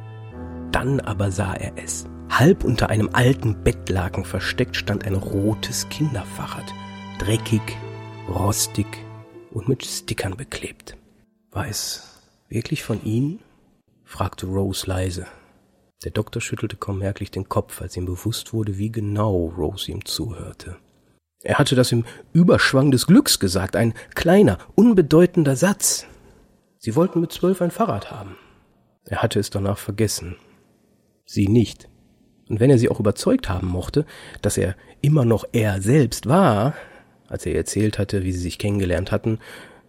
Speaker 3: Dann aber sah er es. Halb unter einem alten Bettlaken versteckt stand ein rotes Kinderfahrrad, dreckig, rostig und mit Stickern beklebt. War es wirklich von Ihnen? Fragte Rose leise. Der Doktor schüttelte kaum merklich den Kopf, als ihm bewusst wurde, wie genau Rose ihm zuhörte. Er hatte das im Überschwang des Glücks gesagt, ein kleiner, unbedeutender Satz. Sie wollten mit zwölf ein Fahrrad haben. Er hatte es danach vergessen. Sie nicht. Und wenn er sie auch überzeugt haben mochte, dass er immer noch er selbst war, als er ihr erzählt hatte, wie sie sich kennengelernt hatten,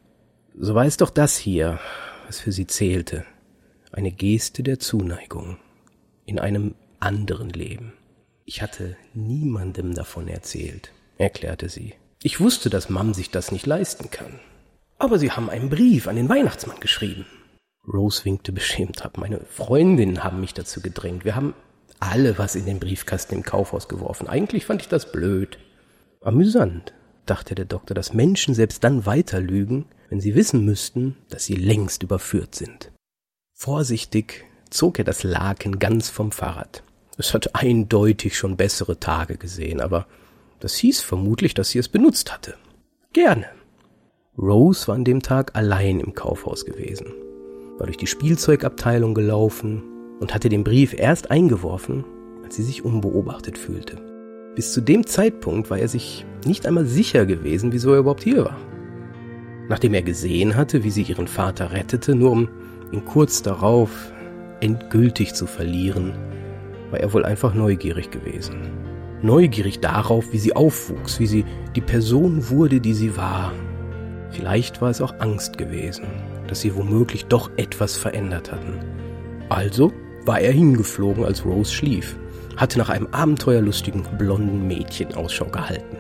Speaker 3: so war es doch das hier, was für sie zählte. Eine Geste der Zuneigung. In einem anderen Leben. Ich hatte niemandem davon erzählt, erklärte sie. Ich wusste, dass Mom sich das nicht leisten kann. Aber Sie haben einen Brief an den Weihnachtsmann geschrieben. Rose winkte beschämt ab. Meine Freundinnen haben mich dazu gedrängt. Wir haben alle was in den Briefkasten im Kaufhaus geworfen. Eigentlich fand ich das blöd. Amüsant, dachte der Doktor, dass Menschen selbst dann weiter lügen, wenn sie wissen müssten, dass sie längst überführt sind. Vorsichtig zog er das Laken ganz vom Fahrrad. Es hatte eindeutig schon bessere Tage gesehen, aber das hieß vermutlich, dass sie es benutzt hatte. Gerne. Rose war an dem Tag allein im Kaufhaus gewesen, war durch die Spielzeugabteilung gelaufen und hatte den Brief erst eingeworfen, als sie sich unbeobachtet fühlte. Bis zu dem Zeitpunkt war er sich nicht einmal sicher gewesen, wieso er überhaupt hier war. Nachdem er gesehen hatte, wie sie ihren Vater rettete, nur um ihn kurz darauf endgültig zu verlieren, war er wohl einfach neugierig gewesen. Neugierig darauf, wie sie aufwuchs, wie sie die Person wurde, die sie war. Vielleicht war es auch Angst gewesen, dass sie womöglich doch etwas verändert hatten. Also war er hingeflogen, als Rose schlief, hatte nach einem abenteuerlustigen, blonden Mädchen Ausschau gehalten.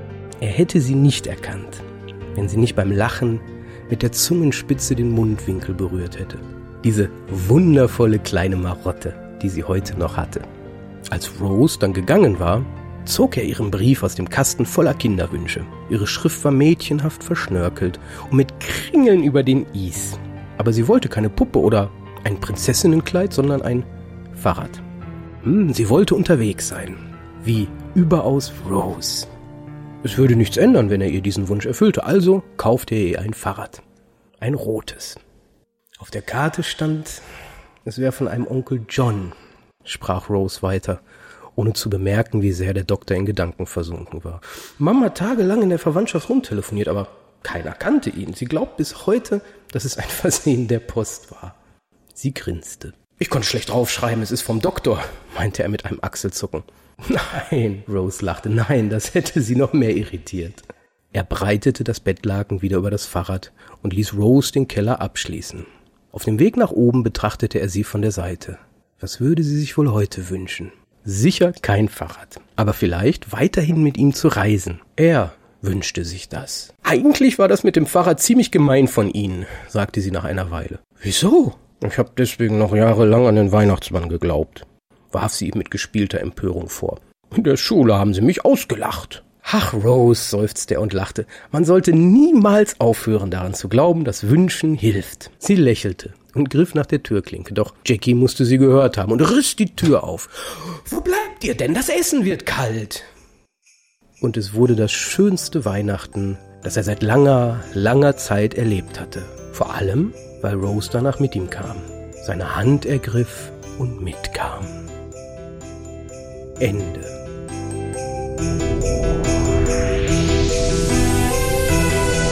Speaker 3: Er hätte sie nicht erkannt, wenn sie nicht beim Lachen mit der Zungenspitze den Mundwinkel berührt hätte. Diese wundervolle kleine Marotte, die sie heute noch hatte. Als Rose dann gegangen war, zog er ihren Brief aus dem Kasten voller Kinderwünsche. Ihre Schrift war mädchenhaft verschnörkelt und mit Kringeln über den Is. Aber sie wollte keine Puppe oder ein Prinzessinnenkleid, sondern ein Fahrrad. Hm, sie wollte unterwegs sein. Wie überaus Rose. Es würde nichts ändern, wenn er ihr diesen Wunsch erfüllte, also kaufte er ihr ein Fahrrad. Ein rotes. Auf der Karte stand, es wäre von einem Onkel John, sprach Rose weiter, ohne zu bemerken, wie sehr der Doktor in Gedanken versunken war. Mama hat tagelang in der Verwandtschaft rumtelefoniert, aber keiner kannte ihn. Sie glaubt bis heute, dass es ein Versehen der Post war. Sie grinste. Ich konnte schlecht draufschreiben, es ist vom Doktor, meinte er mit einem Achselzucken. Nein, Rose lachte, nein, das hätte sie noch mehr irritiert. Er breitete das Bettlaken wieder über das Fahrrad und ließ Rose den Keller abschließen. Auf dem Weg nach oben betrachtete er sie von der Seite. Was würde sie sich wohl heute wünschen? Sicher kein Fahrrad, aber vielleicht weiterhin mit ihm zu reisen. Er wünschte sich das. Eigentlich war das mit dem Fahrrad ziemlich gemein von Ihnen, sagte sie nach einer Weile. Wieso? Ich habe deswegen noch jahrelang an den Weihnachtsmann geglaubt, warf sie ihm mit gespielter Empörung vor. In der Schule haben sie mich ausgelacht. Ach, Rose, seufzte er und lachte. Man sollte niemals aufhören, daran zu glauben, dass Wünschen hilft. Sie lächelte und griff nach der Türklinke, doch Jackie musste sie gehört haben und riss die Tür auf. Wo bleibt ihr denn? Das Essen wird kalt. Und es wurde das schönste Weihnachten, das er seit langer, langer Zeit erlebt hatte. Vor allem, weil Rose danach mit ihm kam, seine Hand ergriff und mitkam. Ende.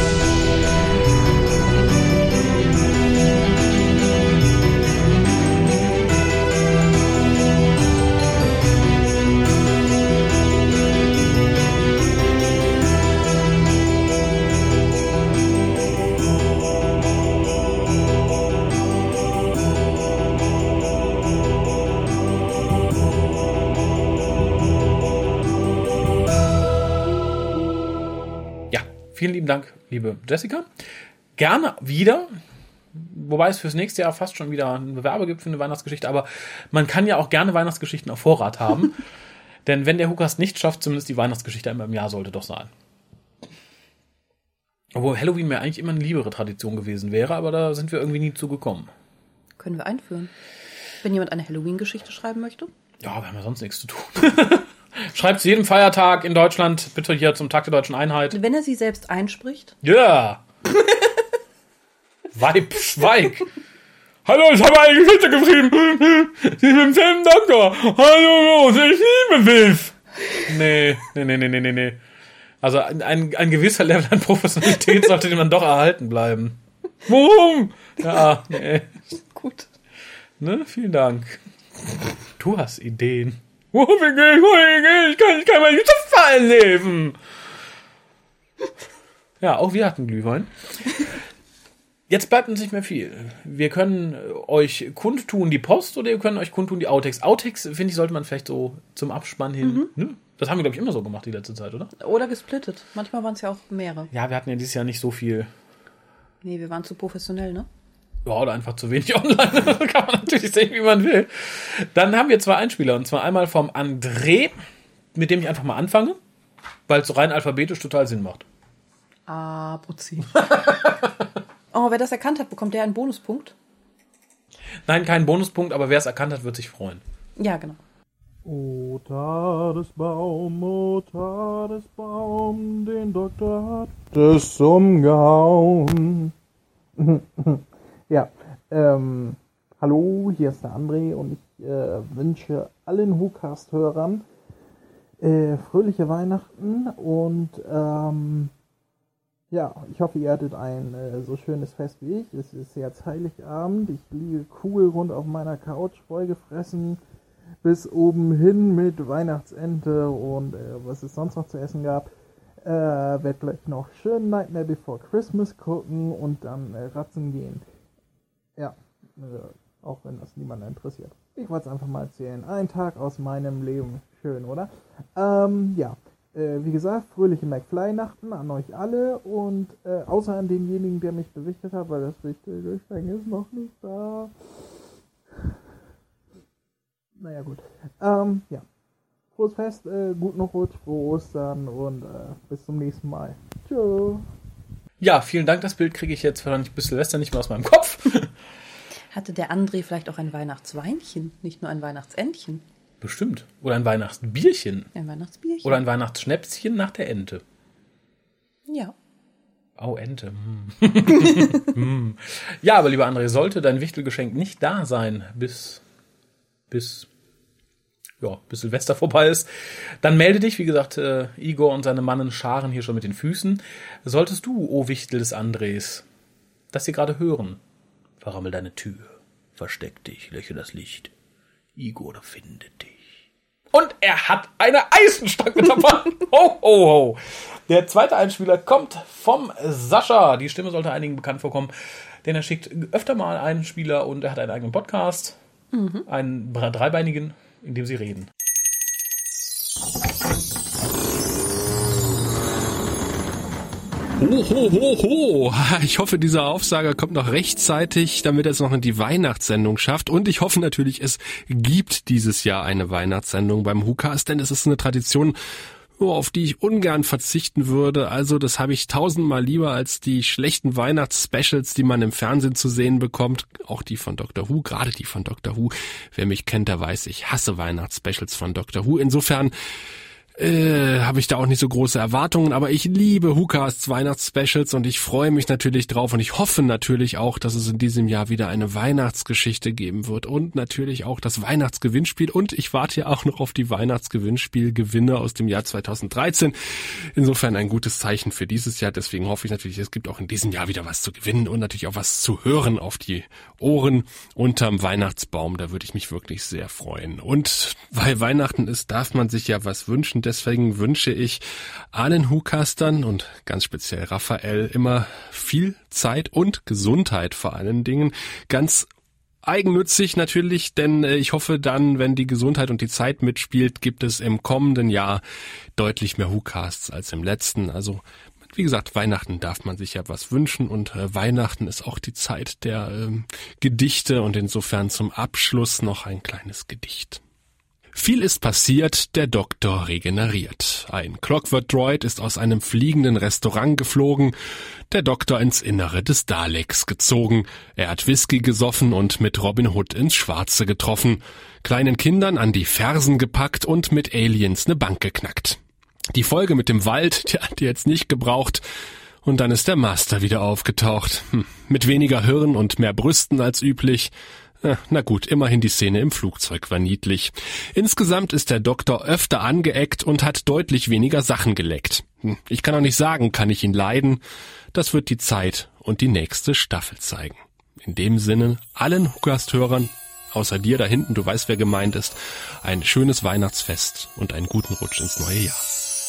Speaker 1: vielen lieben Dank, liebe Jessica. Gerne wieder, wobei es fürs nächste Jahr fast schon wieder einen Bewerber gibt für eine Weihnachtsgeschichte, aber man kann ja auch gerne Weihnachtsgeschichten auf Vorrat haben. Denn wenn der Hookast nicht schafft, zumindest die Weihnachtsgeschichte einmal im Jahr sollte doch sein. Obwohl Halloween mir eigentlich immer eine liebere Tradition gewesen wäre, aber da sind wir irgendwie nie zugekommen.
Speaker 2: Können wir einführen. Wenn jemand eine Halloween-Geschichte schreiben möchte?
Speaker 1: Ja, wir haben ja sonst nichts zu tun. Schreibt zu jedem Feiertag in Deutschland, bitte hier zum Tag der Deutschen Einheit.
Speaker 2: Wenn er sie selbst einspricht?
Speaker 1: Ja! Weib, schweig! Hallo, ich habe eine Geschichte geschrieben. Sie sind im selben Doktor. Hallo, ich liebe Wilf. Nee, nee, nee, nee, nee, nee. Also ein, ein, ein gewisser Level an Professionalität sollte dem dann doch erhalten bleiben. Warum? Ja, nee.
Speaker 2: Gut.
Speaker 1: Ne, vielen Dank. Du hast Ideen. Oh, wie geht, wie geht, ich kann, ich kann meine Geschichte fallen leben. Ja, auch wir hatten Glühwein. Jetzt bleibt uns nicht mehr viel. Wir können euch kundtun die Post oder ihr könnt euch kundtun die Outtakes. Outtakes, finde ich, sollte man vielleicht so zum Abspann hin. Mhm. Ne? Das haben wir, glaube ich, immer so gemacht die letzte Zeit, oder?
Speaker 2: Oder gesplittet. Manchmal waren es ja auch mehrere.
Speaker 1: Ja, wir hatten ja dieses Jahr nicht so viel.
Speaker 2: Nee, wir waren zu professionell, ne?
Speaker 1: Ja, oder einfach zu wenig online. Kann man natürlich sehen, wie man will. Dann haben wir zwei Einspieler. Und zwar einmal vom André, mit dem ich einfach mal anfange, weil es so rein alphabetisch total Sinn macht.
Speaker 2: Ah, Brutzi. Oh, wer das erkannt hat, bekommt der einen Bonuspunkt?
Speaker 1: Nein, keinen Bonuspunkt, aber wer es erkannt hat, wird sich freuen.
Speaker 2: Ja, genau.
Speaker 4: O Tadesbaum, o Tadesbaum, den Doktor hat es umgehauen. Ja, ähm, hallo, hier ist der André und ich äh, wünsche allen Hookast-Hörern äh, fröhliche Weihnachten und ähm, ja, ich hoffe, ihr hattet ein äh, so schönes Fest wie ich. Es ist jetzt Heiligabend. Ich liege kugelrund auf meiner Couch, vollgefressen bis oben hin mit Weihnachtsente und äh, was es sonst noch zu essen gab. Äh, werd gleich noch schön Nightmare Before Christmas gucken und dann äh, ratzen gehen. Ja, äh, auch wenn das niemanden interessiert. Ich wollte es einfach mal erzählen. Ein Tag aus meinem Leben. Schön, oder? Ähm, ja. Wie gesagt, fröhliche McFly-Nachten an euch alle und äh, außer an denjenigen, der mich besichtigt hat, weil das richtige Geschenk ist noch nicht da. Naja, gut. Ähm, ja. Frohes Fest, äh, guten Rutsch, frohe Ostern und äh, bis zum nächsten Mal. Tschö.
Speaker 1: Ja, vielen Dank. Das Bild kriege ich jetzt wahrscheinlich bis Silvester nicht mehr aus meinem Kopf.
Speaker 2: Hatte der André vielleicht auch ein Weihnachtsweinchen, nicht nur ein Weihnachtsentchen?
Speaker 1: Bestimmt. Oder ein Weihnachtsbierchen.
Speaker 2: Ein Weihnachtsbierchen.
Speaker 1: Oder ein Weihnachtsschnäpschen nach der Ente.
Speaker 2: Ja.
Speaker 1: Oh, Ente. Hm. Ja, aber lieber André, sollte dein Wichtelgeschenk nicht da sein, bis, bis, ja, bis Silvester vorbei ist, dann melde dich. Wie gesagt, äh, Igor und seine Mannen scharen hier schon mit den Füßen. Solltest du, o Wichtel des Andres, das hier gerade hören, verrammel deine Tür, versteck dich, löche das Licht. Igor findet dich. Und er hat eine Eisenstange dabei. Ho, ho, ho. Der zweite Einspieler kommt vom Sascha. Die Stimme sollte einigen bekannt vorkommen, denn er schickt öfter mal einen Spieler und er hat einen eigenen Podcast. Mhm. Einen dreibeinigen, in dem sie reden.
Speaker 3: Ho, ho, ho, ho. Ich hoffe, dieser Aufsager kommt noch rechtzeitig, damit er es noch in die Weihnachtssendung schafft. Und ich hoffe natürlich, es gibt dieses Jahr eine Weihnachtssendung beim Hookast, denn es ist eine Tradition, auf die ich ungern verzichten würde. Also das habe ich tausendmal lieber als die schlechten Weihnachtsspecials, die man im Fernsehen zu sehen bekommt. Auch die von Doctor Who, gerade die von Doctor Who. Wer mich kennt, der weiß, ich hasse Weihnachtsspecials von Doctor Who. Insofern Äh, habe ich da auch nicht so große Erwartungen, aber ich liebe Hookasts Weihnachtsspecials und ich freue mich natürlich drauf und ich hoffe natürlich auch, dass es in diesem Jahr wieder eine Weihnachtsgeschichte geben wird und natürlich auch das Weihnachtsgewinnspiel und ich warte ja auch noch auf die Weihnachtsgewinnspielgewinne aus dem Jahr zweitausenddreizehn. Insofern ein gutes Zeichen für dieses Jahr, deswegen hoffe ich natürlich, es gibt auch in diesem Jahr wieder was zu gewinnen und natürlich auch was zu hören auf die Ohren unterm Weihnachtsbaum, da würde ich mich wirklich sehr freuen. Und weil Weihnachten ist, darf man sich ja was wünschen. Deswegen wünsche ich allen Hookastern und ganz speziell Raphael immer viel Zeit und Gesundheit vor allen Dingen. Ganz eigennützig natürlich, denn ich hoffe dann, wenn die Gesundheit und die Zeit mitspielt, gibt es im kommenden Jahr deutlich mehr Hookasts als im letzten. Also
Speaker 5: Wie gesagt, Weihnachten darf man sich ja was wünschen und äh, Weihnachten ist auch die Zeit der ähm, Gedichte und insofern zum Abschluss noch ein kleines Gedicht. Viel ist passiert, der Doktor regeneriert. Ein Clockwork-Droid ist aus einem fliegenden Restaurant geflogen, der Doktor ins Innere des Daleks gezogen. Er hat Whisky gesoffen und mit Robin Hood ins Schwarze getroffen, kleinen Kindern an die Fersen gepackt und mit Aliens ne Bank geknackt. Die Folge mit dem Wald, die hat die jetzt nicht gebraucht. Und dann ist der Master wieder aufgetaucht. Hm, mit weniger Hirn und mehr Brüsten als üblich. Na gut, immerhin die Szene im Flugzeug war niedlich. Insgesamt ist der Doktor öfter angeeckt und hat deutlich weniger Sachen geleckt. Ich kann auch nicht sagen, kann ich ihn leiden? Das wird die Zeit und die nächste Staffel zeigen. In dem Sinne, allen Hookast-Hörern, außer dir da hinten, du weißt, wer gemeint ist, ein schönes Weihnachtsfest und einen guten Rutsch ins neue Jahr.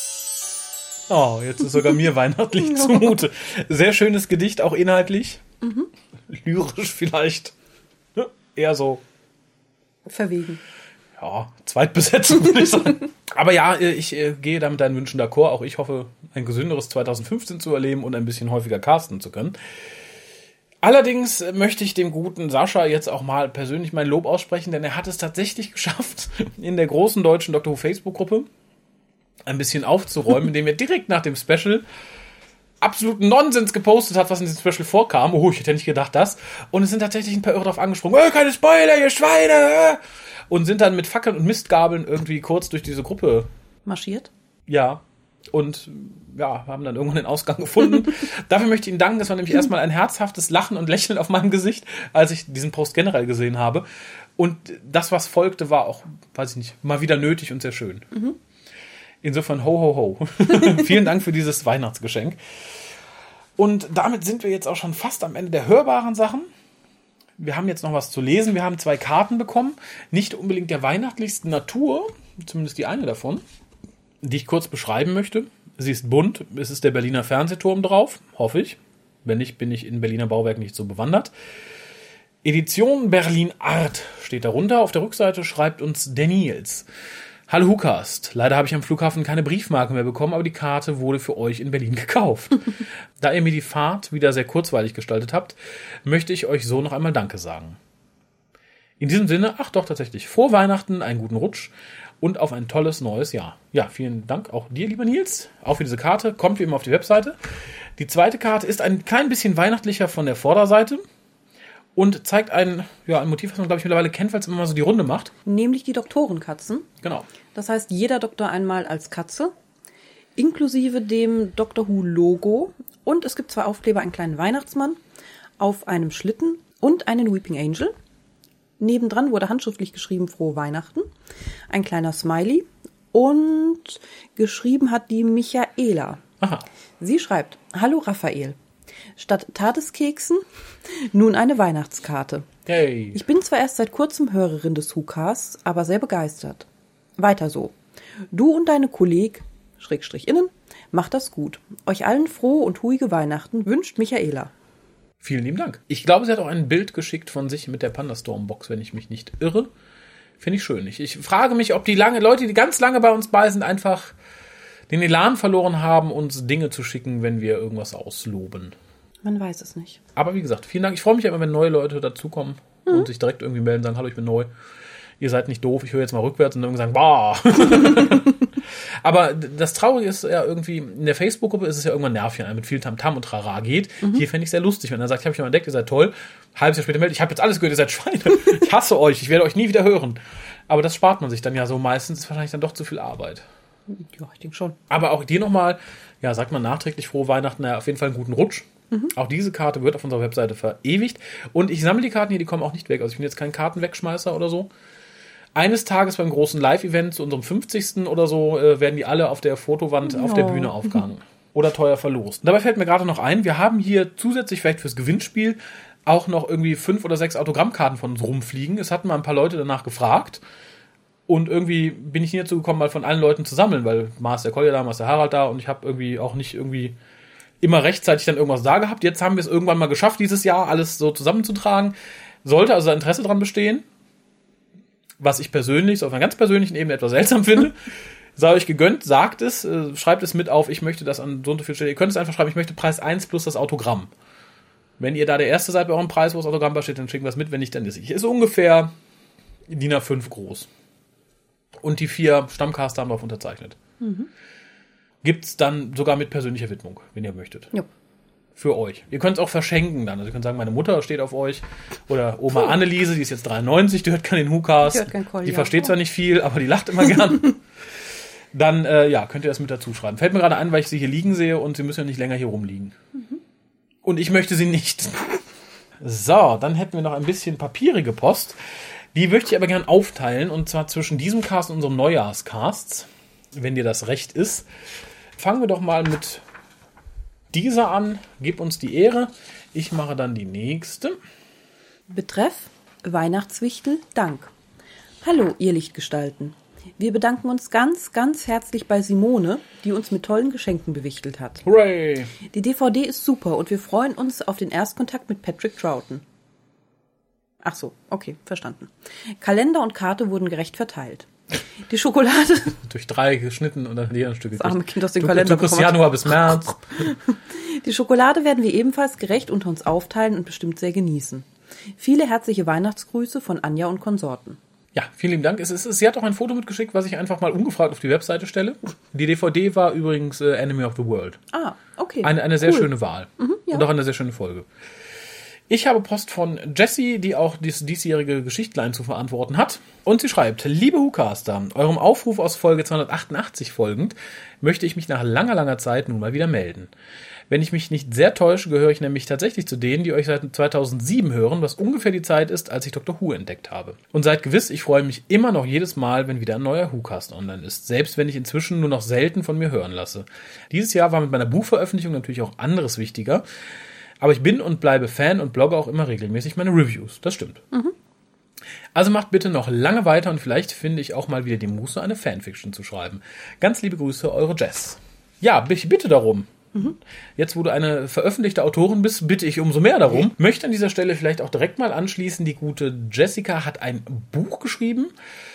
Speaker 1: Oh, jetzt ist sogar mir weihnachtlich zumute. Sehr schönes Gedicht, auch inhaltlich. Mhm. Lyrisch vielleicht. Eher so
Speaker 2: verwegen.
Speaker 1: Ja, Zweitbesetzung würde ich sagen. Aber ja, ich äh, gehe da mit deinen Wünschen d'accord. Auch ich hoffe, ein gesünderes zwanzig fünfzehn zu erleben und ein bisschen häufiger casten zu können. Allerdings möchte ich dem guten Sascha jetzt auch mal persönlich mein Lob aussprechen, denn er hat es tatsächlich geschafft, in der großen deutschen Doctor Who Facebook-Gruppe ein bisschen aufzuräumen, indem er direkt nach dem Special absoluten Nonsens gepostet hat, was in diesem Special vorkam. Oh, ich hätte nicht gedacht, das. Und es sind tatsächlich ein paar Irre drauf angesprungen. Oh, keine Spoiler, ihr Schweine! Und sind dann mit Fackeln und Mistgabeln irgendwie kurz durch diese Gruppe
Speaker 2: marschiert.
Speaker 1: Ja. Und ja, haben dann irgendwann den Ausgang gefunden. Dafür möchte ich Ihnen danken. Das war nämlich erstmal ein herzhaftes Lachen und Lächeln auf meinem Gesicht, als ich diesen Post generell gesehen habe. Und das, was folgte, war auch, weiß ich nicht, mal wieder nötig und sehr schön. Mhm. Insofern ho, ho, ho. Vielen Dank für dieses Weihnachtsgeschenk. Und damit sind wir jetzt auch schon fast am Ende der hörbaren Sachen. Wir haben jetzt noch was zu lesen. Wir haben zwei Karten bekommen. Nicht unbedingt der weihnachtlichsten Natur, zumindest die eine davon, die ich kurz beschreiben möchte. Sie ist bunt. Es ist der Berliner Fernsehturm drauf, hoffe ich. Wenn nicht, bin ich in Berliner Bauwerk nicht so bewandert. Edition Berlin Art steht darunter. Auf der Rückseite schreibt uns Daniels. Hallo Hookast, leider habe ich am Flughafen keine Briefmarken mehr bekommen, aber die Karte wurde für euch in Berlin gekauft. Da ihr mir die Fahrt wieder sehr kurzweilig gestaltet habt, möchte ich euch so noch einmal Danke sagen. In diesem Sinne, ach doch tatsächlich, frohe Weihnachten, einen guten Rutsch und auf ein tolles neues Jahr. Ja, vielen Dank auch dir, lieber Nils, auch für diese Karte. Kommt wie immer auf die Webseite. Die zweite Karte ist ein klein bisschen weihnachtlicher von der Vorderseite. Und zeigt ein, ja, ein Motiv, was man, glaube ich, mittlerweile kennt, weil es immer mal so die Runde macht.
Speaker 2: Nämlich die Doktorenkatzen.
Speaker 1: Genau.
Speaker 2: Das heißt, jeder Doktor einmal als Katze, inklusive dem Doctor Who-Logo. Und es gibt zwei Aufkleber, einen kleinen Weihnachtsmann auf einem Schlitten und einen Weeping Angel. Nebendran wurde handschriftlich geschrieben, Frohe Weihnachten. Ein kleiner Smiley. Und geschrieben hat die Michaela.
Speaker 1: Aha.
Speaker 2: Sie schreibt, Hallo Raphael. Statt Tadeskeksen nun eine Weihnachtskarte.
Speaker 1: Hey.
Speaker 2: Ich bin zwar erst seit kurzem Hörerin des Whocasts, aber sehr begeistert. Weiter so. Du und deine Kolleg, Schrägstrich innen, macht das gut. Euch allen frohe und ruhige Weihnachten wünscht Michaela.
Speaker 1: Vielen lieben Dank. Ich glaube, sie hat auch ein Bild geschickt von sich mit der Pandastorm-Box, wenn ich mich nicht irre. Finde ich schön. Ich, ich frage mich, ob die lange Leute, die ganz lange bei uns bei sind, einfach den Elan verloren haben, uns Dinge zu schicken, wenn wir irgendwas ausloben.
Speaker 2: Man weiß es nicht.
Speaker 1: Aber wie gesagt, vielen Dank. Ich freue mich immer, wenn neue Leute dazukommen mhm. und sich direkt irgendwie melden und sagen, hallo, ich bin neu. Ihr seid nicht doof, ich höre jetzt mal rückwärts und dann sagen, bah. Aber das Traurige ist ja irgendwie, in der Facebook-Gruppe ist es ja irgendwann nervig, wenn mit viel Tamtam und Trara geht. Mhm. Hier fände ich es sehr lustig, wenn er sagt, ich habe euch mal entdeckt, ihr seid toll. Halbes Jahr später meldet, ich habe jetzt alles gehört, ihr seid Schweine. Ich hasse euch, ich werde euch nie wieder hören. Aber das spart man sich dann ja so meistens, ist wahrscheinlich dann doch zu viel Arbeit.
Speaker 2: Ja, ich denke schon.
Speaker 1: Aber auch dir nochmal, ja, sagt man nachträglich frohe Weihnachten, na, auf jeden Fall einen guten Rutsch. Mhm. Auch diese Karte wird auf unserer Webseite verewigt. Und ich sammle die Karten hier, die kommen auch nicht weg. Also ich bin jetzt kein Kartenwegschmeißer oder so. Eines Tages beim großen Live-Event zu unserem fünfzigsten oder so äh, werden die alle auf der Fotowand oh. auf der Bühne aufgehangen. Oder teuer verlost. Und dabei fällt mir gerade noch ein, wir haben hier zusätzlich vielleicht fürs Gewinnspiel auch noch irgendwie fünf oder sechs Autogrammkarten von uns rumfliegen. Es hatten mal ein paar Leute danach gefragt. Und irgendwie bin ich nie dazu gekommen, mal von allen Leuten zu sammeln, weil mal ist der Kolja da, mal ist der Harald da und ich habe irgendwie auch nicht irgendwie immer rechtzeitig dann irgendwas da gehabt. Jetzt haben wir es irgendwann mal geschafft, dieses Jahr alles so zusammenzutragen. Sollte also Interesse dran bestehen, was ich persönlich, so auf einer ganz persönlichen Ebene etwas seltsam finde, Sei euch gegönnt, sagt es, äh, schreibt es mit auf, ich möchte das an so und so viel Stelle. Ihr könnt es einfach schreiben, ich möchte Preis eins plus das Autogramm. Wenn ihr da der Erste seid bei eurem Preis, wo das Autogramm da steht, dann schicken wir es mit, wenn nicht, dann ist es. Ist ungefähr D I N A fünf groß. Und die vier Stammcaster haben darauf unterzeichnet. Mhm. Gibt's dann sogar mit persönlicher Widmung, wenn ihr möchtet.
Speaker 2: Ja.
Speaker 1: Für euch. Ihr könnt es auch verschenken dann. Also ihr könnt sagen, meine Mutter steht auf euch. Oder Oma Puh. Anneliese, die ist jetzt dreiundneunzig, die hört keinen WhoCast. Die, hört kein Call, die ja. versteht zwar nicht viel, aber die lacht immer gern. Dann, äh, ja, könnt ihr das mit dazu schreiben. Fällt mir gerade ein, weil ich sie hier liegen sehe und sie müssen ja nicht länger hier rumliegen. Mhm. Und ich möchte sie nicht. So, dann hätten wir noch ein bisschen papierige Post. Die möchte ich aber gern aufteilen. Und zwar zwischen diesem Cast und unserem Neujahrscasts. Wenn dir das recht ist. Fangen wir doch mal mit dieser an. Gib uns die Ehre. Ich mache dann die nächste.
Speaker 2: Betreff Weihnachtswichtel, Dank. Hallo, ihr Lichtgestalten. Wir bedanken uns ganz, ganz herzlich bei Simone, die uns mit tollen Geschenken bewichtelt hat.
Speaker 1: Hooray!
Speaker 2: Die D V D ist super und wir freuen uns auf den Erstkontakt mit Patrick Troughton. Ach so, okay, verstanden. Kalender und Karte wurden gerecht verteilt. Die Schokolade...
Speaker 1: Durch drei geschnitten und dann Lederstücke.
Speaker 2: Das arme Kind aus dem
Speaker 1: du,
Speaker 2: Kalender.
Speaker 1: Du kriegst Januar bis März.
Speaker 2: Die Schokolade werden wir ebenfalls gerecht unter uns aufteilen und bestimmt sehr genießen. Viele herzliche Weihnachtsgrüße von Anja und Konsorten.
Speaker 1: Ja, vielen lieben Dank. Es ist, sie hat auch ein Foto mitgeschickt, was ich einfach mal ungefragt auf die Webseite stelle. Die D V D war übrigens äh, Enemy of the World.
Speaker 2: Ah, okay.
Speaker 1: Eine, eine sehr
Speaker 2: cool.
Speaker 1: schöne Wahl.
Speaker 2: Mhm, ja.
Speaker 1: Und auch eine sehr schöne Folge. Ich habe Post von Jessie, die auch dieses diesjährige Geschichtlein zu verantworten hat. Und sie schreibt, liebe WhoCaster, eurem Aufruf aus Folge zweihundertachtundachtzig folgend, möchte ich mich nach langer, langer Zeit nun mal wieder melden. Wenn ich mich nicht sehr täusche, gehöre ich nämlich tatsächlich zu denen, die euch seit zweitausendsieben hören, was ungefähr die Zeit ist, als ich Doktor Who entdeckt habe. Und seid gewiss, ich freue mich immer noch jedes Mal, wenn wieder ein neuer WhoCast online ist, selbst wenn ich inzwischen nur noch selten von mir hören lasse. Dieses Jahr war mit meiner Buchveröffentlichung natürlich auch anderes wichtiger, aber ich bin und bleibe Fan und blogge auch immer regelmäßig meine Reviews, das stimmt. Mhm. Also macht bitte noch lange weiter und vielleicht finde ich auch mal wieder die Muße, eine Fanfiction zu schreiben. Ganz liebe Grüße, eure Jess. Ja, ich bitte darum. Mhm. Jetzt, wo du eine veröffentlichte Autorin bist, bitte ich umso mehr darum. Möchte an dieser Stelle vielleicht auch direkt mal anschließen, die gute Jessica hat ein Buch geschrieben.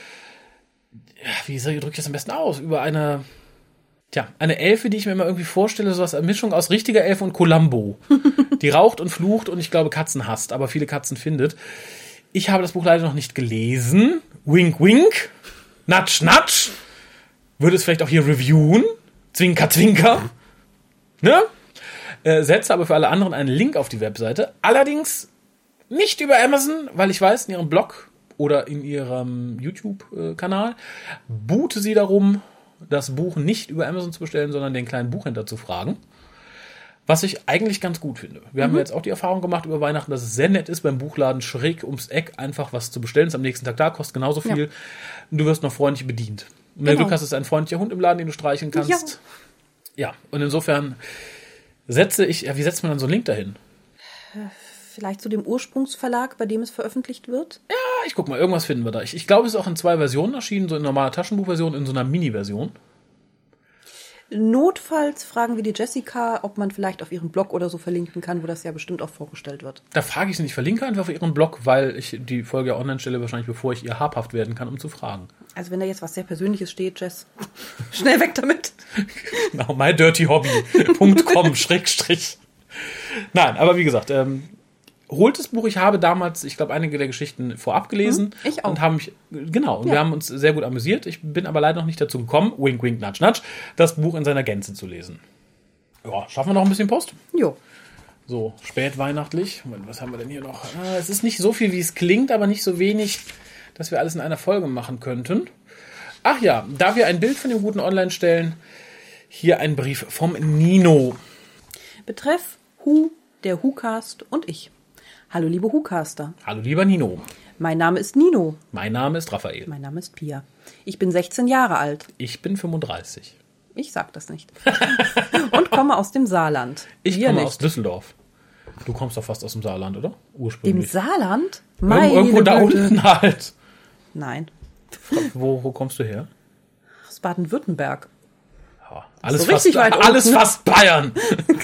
Speaker 1: Ja, wie drücke ich das am besten aus? Über eine... Tja, eine Elfe, die ich mir immer irgendwie vorstelle, so eine Mischung aus richtiger Elfe und Columbo. Die raucht und flucht und ich glaube Katzen hasst, aber viele Katzen findet. Ich habe das Buch leider noch nicht gelesen. Wink, wink. Natsch, natsch. Würde es vielleicht auch hier reviewen. Zwinker, zwinker. Ne? Äh, setze aber für alle anderen einen Link auf die Webseite. Allerdings nicht über Amazon, weil ich weiß, in ihrem Blog oder in ihrem YouTube-Kanal boote sie darum, das Buch nicht über Amazon zu bestellen, sondern den kleinen Buchhändler zu fragen. Was ich eigentlich ganz gut finde. Wir mhm. haben jetzt auch die Erfahrung gemacht über Weihnachten, dass es sehr nett ist, beim Buchladen schräg ums Eck einfach was zu bestellen. Ist am nächsten Tag da, kostet genauso viel. Ja. Und du wirst noch freundlich bedient. Und wenn genau. du Glück hast, ist ein freundlicher Hund im Laden, den du streicheln kannst. Ja, ja. Und insofern setze ich, ja, wie setzt man dann so einen Link dahin?
Speaker 2: Vielleicht zu dem Ursprungsverlag, bei dem es veröffentlicht wird?
Speaker 1: Ja, ich guck mal, irgendwas finden wir da. Ich, ich glaube, es ist auch in zwei Versionen erschienen, so in normaler Taschenbuchversion, in so einer Mini-Version.
Speaker 2: Notfalls fragen wir die Jessica, ob man vielleicht auf ihren Blog oder so verlinken kann, wo das ja bestimmt auch vorgestellt wird.
Speaker 1: Da frage ich sie nicht, verlinke einfach auf ihren Blog, weil ich die Folge ja online stelle, wahrscheinlich bevor ich ihr habhaft werden kann, um zu fragen.
Speaker 2: Also wenn da jetzt was sehr Persönliches steht, Jess, schnell weg damit.
Speaker 1: Genau, mydirtyhobby punkt com Schrägstrich. Nein, aber wie gesagt, ähm, holt das Buch. Ich habe damals, ich glaube, einige der Geschichten vorab gelesen.
Speaker 2: Hm, ich auch.
Speaker 1: Und haben mich, genau, und
Speaker 2: ja.
Speaker 1: wir haben uns sehr gut amüsiert. Ich bin aber leider noch nicht dazu gekommen, wink, wink, nudge, nudge, das Buch in seiner Gänze zu lesen. Ja, schaffen wir noch ein bisschen Post?
Speaker 2: Jo.
Speaker 1: So, spätweihnachtlich. Was haben wir denn hier noch? Ah, es ist nicht so viel, wie es klingt, aber nicht so wenig, dass wir alles in einer Folge machen könnten. Ach ja, da wir ein Bild von dem Guten online stellen, hier ein Brief vom Nino.
Speaker 2: Betreff Who, der WhoCast und ich. Hallo liebe WhoCaster.
Speaker 1: Hallo lieber Nino.
Speaker 2: Mein Name ist Nino.
Speaker 1: Mein Name ist Raphael.
Speaker 2: Mein Name ist Pia. Ich bin sechzehn Jahre alt.
Speaker 1: Ich bin fünfunddreißig.
Speaker 2: Ich sag das nicht. Und komme aus dem Saarland.
Speaker 1: Ich
Speaker 2: Wir
Speaker 1: komme
Speaker 2: nicht.
Speaker 1: aus Düsseldorf. Du kommst doch fast aus dem Saarland, oder? Ursprünglich.
Speaker 2: Dem Saarland?
Speaker 1: Meine Irgendwo da Güte. Unten halt.
Speaker 2: Nein.
Speaker 1: Wo, wo kommst du her?
Speaker 2: Aus Baden-Württemberg.
Speaker 1: Ja, alles,
Speaker 2: so
Speaker 1: fast, alles fast Bayern.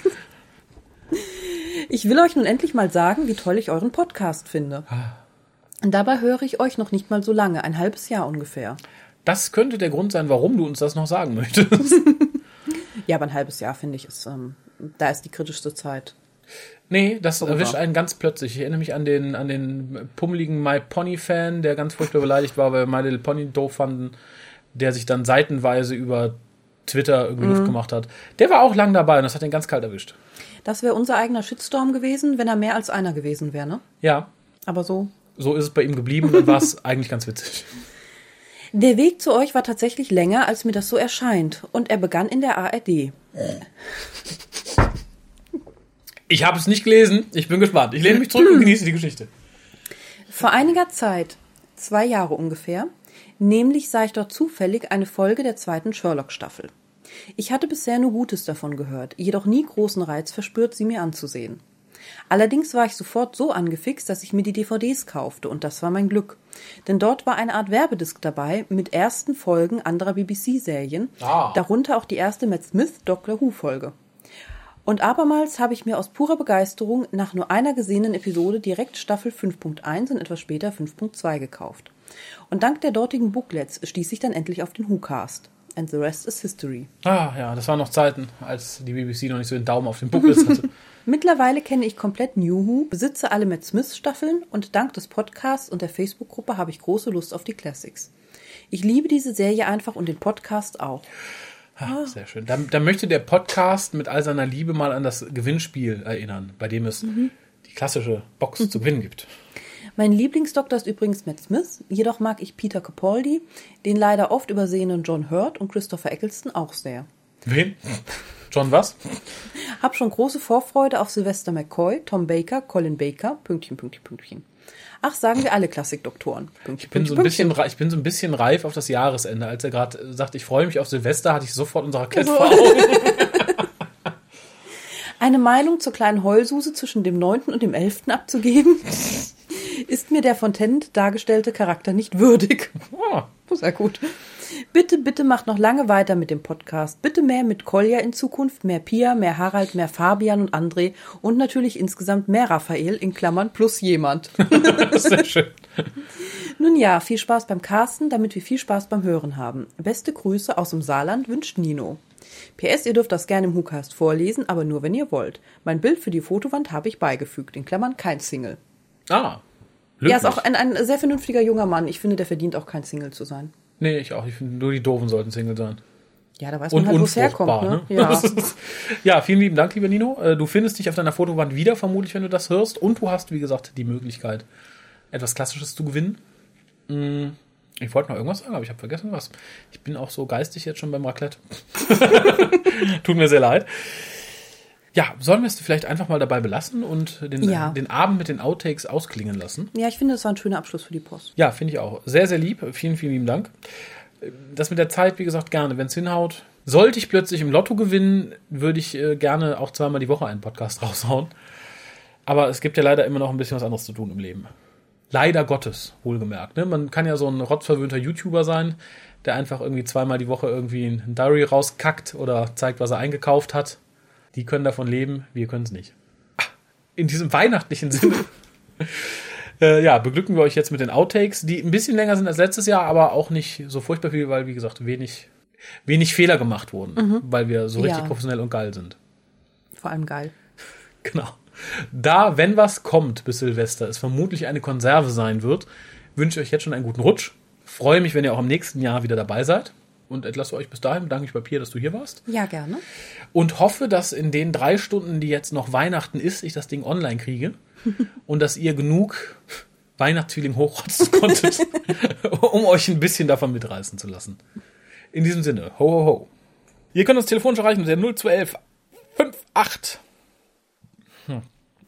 Speaker 2: Ich will euch nun endlich mal sagen, wie toll ich euren Podcast finde. Und dabei höre ich euch noch nicht mal so lange, ein halbes Jahr ungefähr.
Speaker 1: Das könnte der Grund sein, warum du uns das noch sagen möchtest.
Speaker 2: Ja, aber ein halbes Jahr, finde ich, ist, ähm, da ist die kritischste Zeit.
Speaker 1: Nee, das
Speaker 2: Worüber?
Speaker 1: erwischt einen ganz plötzlich. Ich erinnere mich an den, an den pummeligen My Pony-Fan, der ganz furchtbar beleidigt war, weil wir My Little Pony doof fanden, der sich dann seitenweise über Twitter irgendwie mhm. Luft gemacht hat. Der war auch lang dabei und das hat ihn ganz kalt erwischt.
Speaker 2: Das wäre unser eigener Shitstorm gewesen, wenn er mehr als einer gewesen wäre, ne?
Speaker 1: Ja.
Speaker 2: Aber so.
Speaker 1: So ist es bei ihm geblieben und war es eigentlich ganz witzig.
Speaker 2: Der Weg zu euch war tatsächlich länger, als mir das so erscheint. Und er begann in der A R D.
Speaker 1: Ich habe es nicht gelesen. Ich bin gespannt. Ich lehne mich zurück und genieße die Geschichte.
Speaker 2: Vor einiger Zeit, zwei Jahre ungefähr, nämlich sah ich dort zufällig eine Folge der zweiten Sherlock-Staffel. Ich hatte bisher nur Gutes davon gehört, jedoch nie großen Reiz verspürt, sie mir anzusehen. Allerdings war ich sofort so angefixt, dass ich mir die D V Ds kaufte, und das war mein Glück. Denn dort war eine Art Werbedisk dabei mit ersten Folgen anderer B B C-Serien,
Speaker 1: ah.
Speaker 2: darunter auch die erste Matt Smith Doctor Who-Folge. Und abermals habe ich mir aus purer Begeisterung nach nur einer gesehenen Episode direkt Staffel fünf Punkt eins und etwas später fünf Punkt zwei gekauft. Und dank der dortigen Booklets stieß ich dann endlich auf den Who-Cast. And the rest is history.
Speaker 1: Ah ja, das waren noch Zeiten, als die B B C noch nicht so den Daumen auf den Booklets hatte.
Speaker 2: Mittlerweile kenne ich komplett New Who, besitze alle Matt Smith-Staffeln und dank des Podcasts und der Facebook-Gruppe habe ich große Lust auf die Classics. Ich liebe diese Serie einfach und den Podcast auch.
Speaker 1: Ah, sehr schön. Da, da möchte der Podcast mit all seiner Liebe mal an das Gewinnspiel erinnern, bei dem es mhm. die klassische Box mhm. zu gewinnen gibt.
Speaker 2: Mein Lieblingsdoktor ist übrigens Matt Smith, jedoch mag ich Peter Capaldi, den leider oft übersehenen John Hurt und Christopher Eccleston auch sehr.
Speaker 1: Wen? John was?
Speaker 2: Hab schon große Vorfreude auf Sylvester McCoy, Tom Baker, Colin Baker, Pünktchen, Pünktchen, Pünktchen. Ach, sagen wir alle Klassikdoktoren.
Speaker 1: Ich bin, so ein bisschen, ich bin so ein bisschen reif auf das Jahresende. Als er gerade sagte, ich freue mich auf Silvester, hatte ich sofort unser Raclette vor Augen.
Speaker 2: Eine Meinung zur kleinen Heulsuse zwischen dem neunten und dem elften abzugeben, ist mir der von Tennant dargestellte Charakter nicht würdig.
Speaker 1: Oh.
Speaker 2: Sehr gut. Bitte, bitte macht noch lange weiter mit dem Podcast. Bitte mehr mit Kolja in Zukunft, mehr Pia, mehr Harald, mehr Fabian und André und natürlich insgesamt mehr Raphael, in Klammern plus jemand.
Speaker 1: Sehr schön.
Speaker 2: Nun ja, viel Spaß beim Casten, damit wir viel Spaß beim Hören haben. Beste Grüße aus dem Saarland wünscht Nino. P S, ihr dürft das gerne im WhoCast vorlesen, aber nur, wenn ihr wollt. Mein Bild für die Fotowand habe ich beigefügt, in Klammern kein Single.
Speaker 1: Ah,
Speaker 2: löblich. Er ist auch ein, ein sehr vernünftiger junger Mann. Ich finde, der verdient auch kein Single zu sein.
Speaker 1: Nee, ich auch. Ich finde, nur die Doofen sollten Single sein.
Speaker 2: Ja, da weiß man und halt, wo es herkommt. Ne?
Speaker 1: Ne?
Speaker 2: Ja.
Speaker 1: Ja, vielen lieben Dank, lieber Nino. Du findest dich auf deiner Fotowand wieder, vermutlich, wenn du das hörst. Und du hast, wie gesagt, die Möglichkeit, etwas Klassisches zu gewinnen. Ich wollte noch irgendwas sagen, aber ich habe vergessen was. Ich bin auch so geistig jetzt schon beim Raclette. Tut mir sehr leid. Ja, sollen wir es vielleicht einfach mal dabei belassen und den,
Speaker 2: ja.
Speaker 1: den Abend mit den Outtakes ausklingen lassen?
Speaker 2: Ja, ich finde, das war ein schöner Abschluss für die Post.
Speaker 1: Ja, finde ich auch. Sehr, sehr lieb. Vielen, vielen lieben Dank. Das mit der Zeit, wie gesagt, gerne, wenn es hinhaut. Sollte ich plötzlich im Lotto gewinnen, würde ich äh, gerne auch zweimal die Woche einen Podcast raushauen. Aber es gibt ja leider immer noch ein bisschen was anderes zu tun im Leben. Leider Gottes, wohlgemerkt. Ne? Man kann ja so ein rotzverwöhnter YouTuber sein, der einfach irgendwie zweimal die Woche irgendwie ein Diary rauskackt oder zeigt, was er eingekauft hat. Die können davon leben, wir können es nicht. In diesem weihnachtlichen Sinne äh, ja, beglücken wir euch jetzt mit den Outtakes, die ein bisschen länger sind als letztes Jahr, aber auch nicht so furchtbar viel, weil, wie gesagt, wenig, wenig Fehler gemacht wurden, mhm. weil wir so richtig ja. professionell und geil sind.
Speaker 2: Vor allem geil.
Speaker 1: Genau. Da, wenn was kommt bis Silvester, es vermutlich eine Konserve sein wird, wünsche ich euch jetzt schon einen guten Rutsch. Freue mich, wenn ihr auch im nächsten Jahr wieder dabei seid. Und entlasse euch bis dahin. Danke ich bei Pia, dass du hier warst.
Speaker 2: Ja, gerne.
Speaker 1: Und hoffe, dass in den drei Stunden, die jetzt noch Weihnachten ist, ich das Ding online kriege. Und dass ihr genug Weihnachtsfeeling hochrotzen konntet, um euch ein bisschen davon mitreißen zu lassen. In diesem Sinne, ho, ho, ho. Ihr könnt uns telefonisch erreichen unter null zwei eins fünf acht. Hm.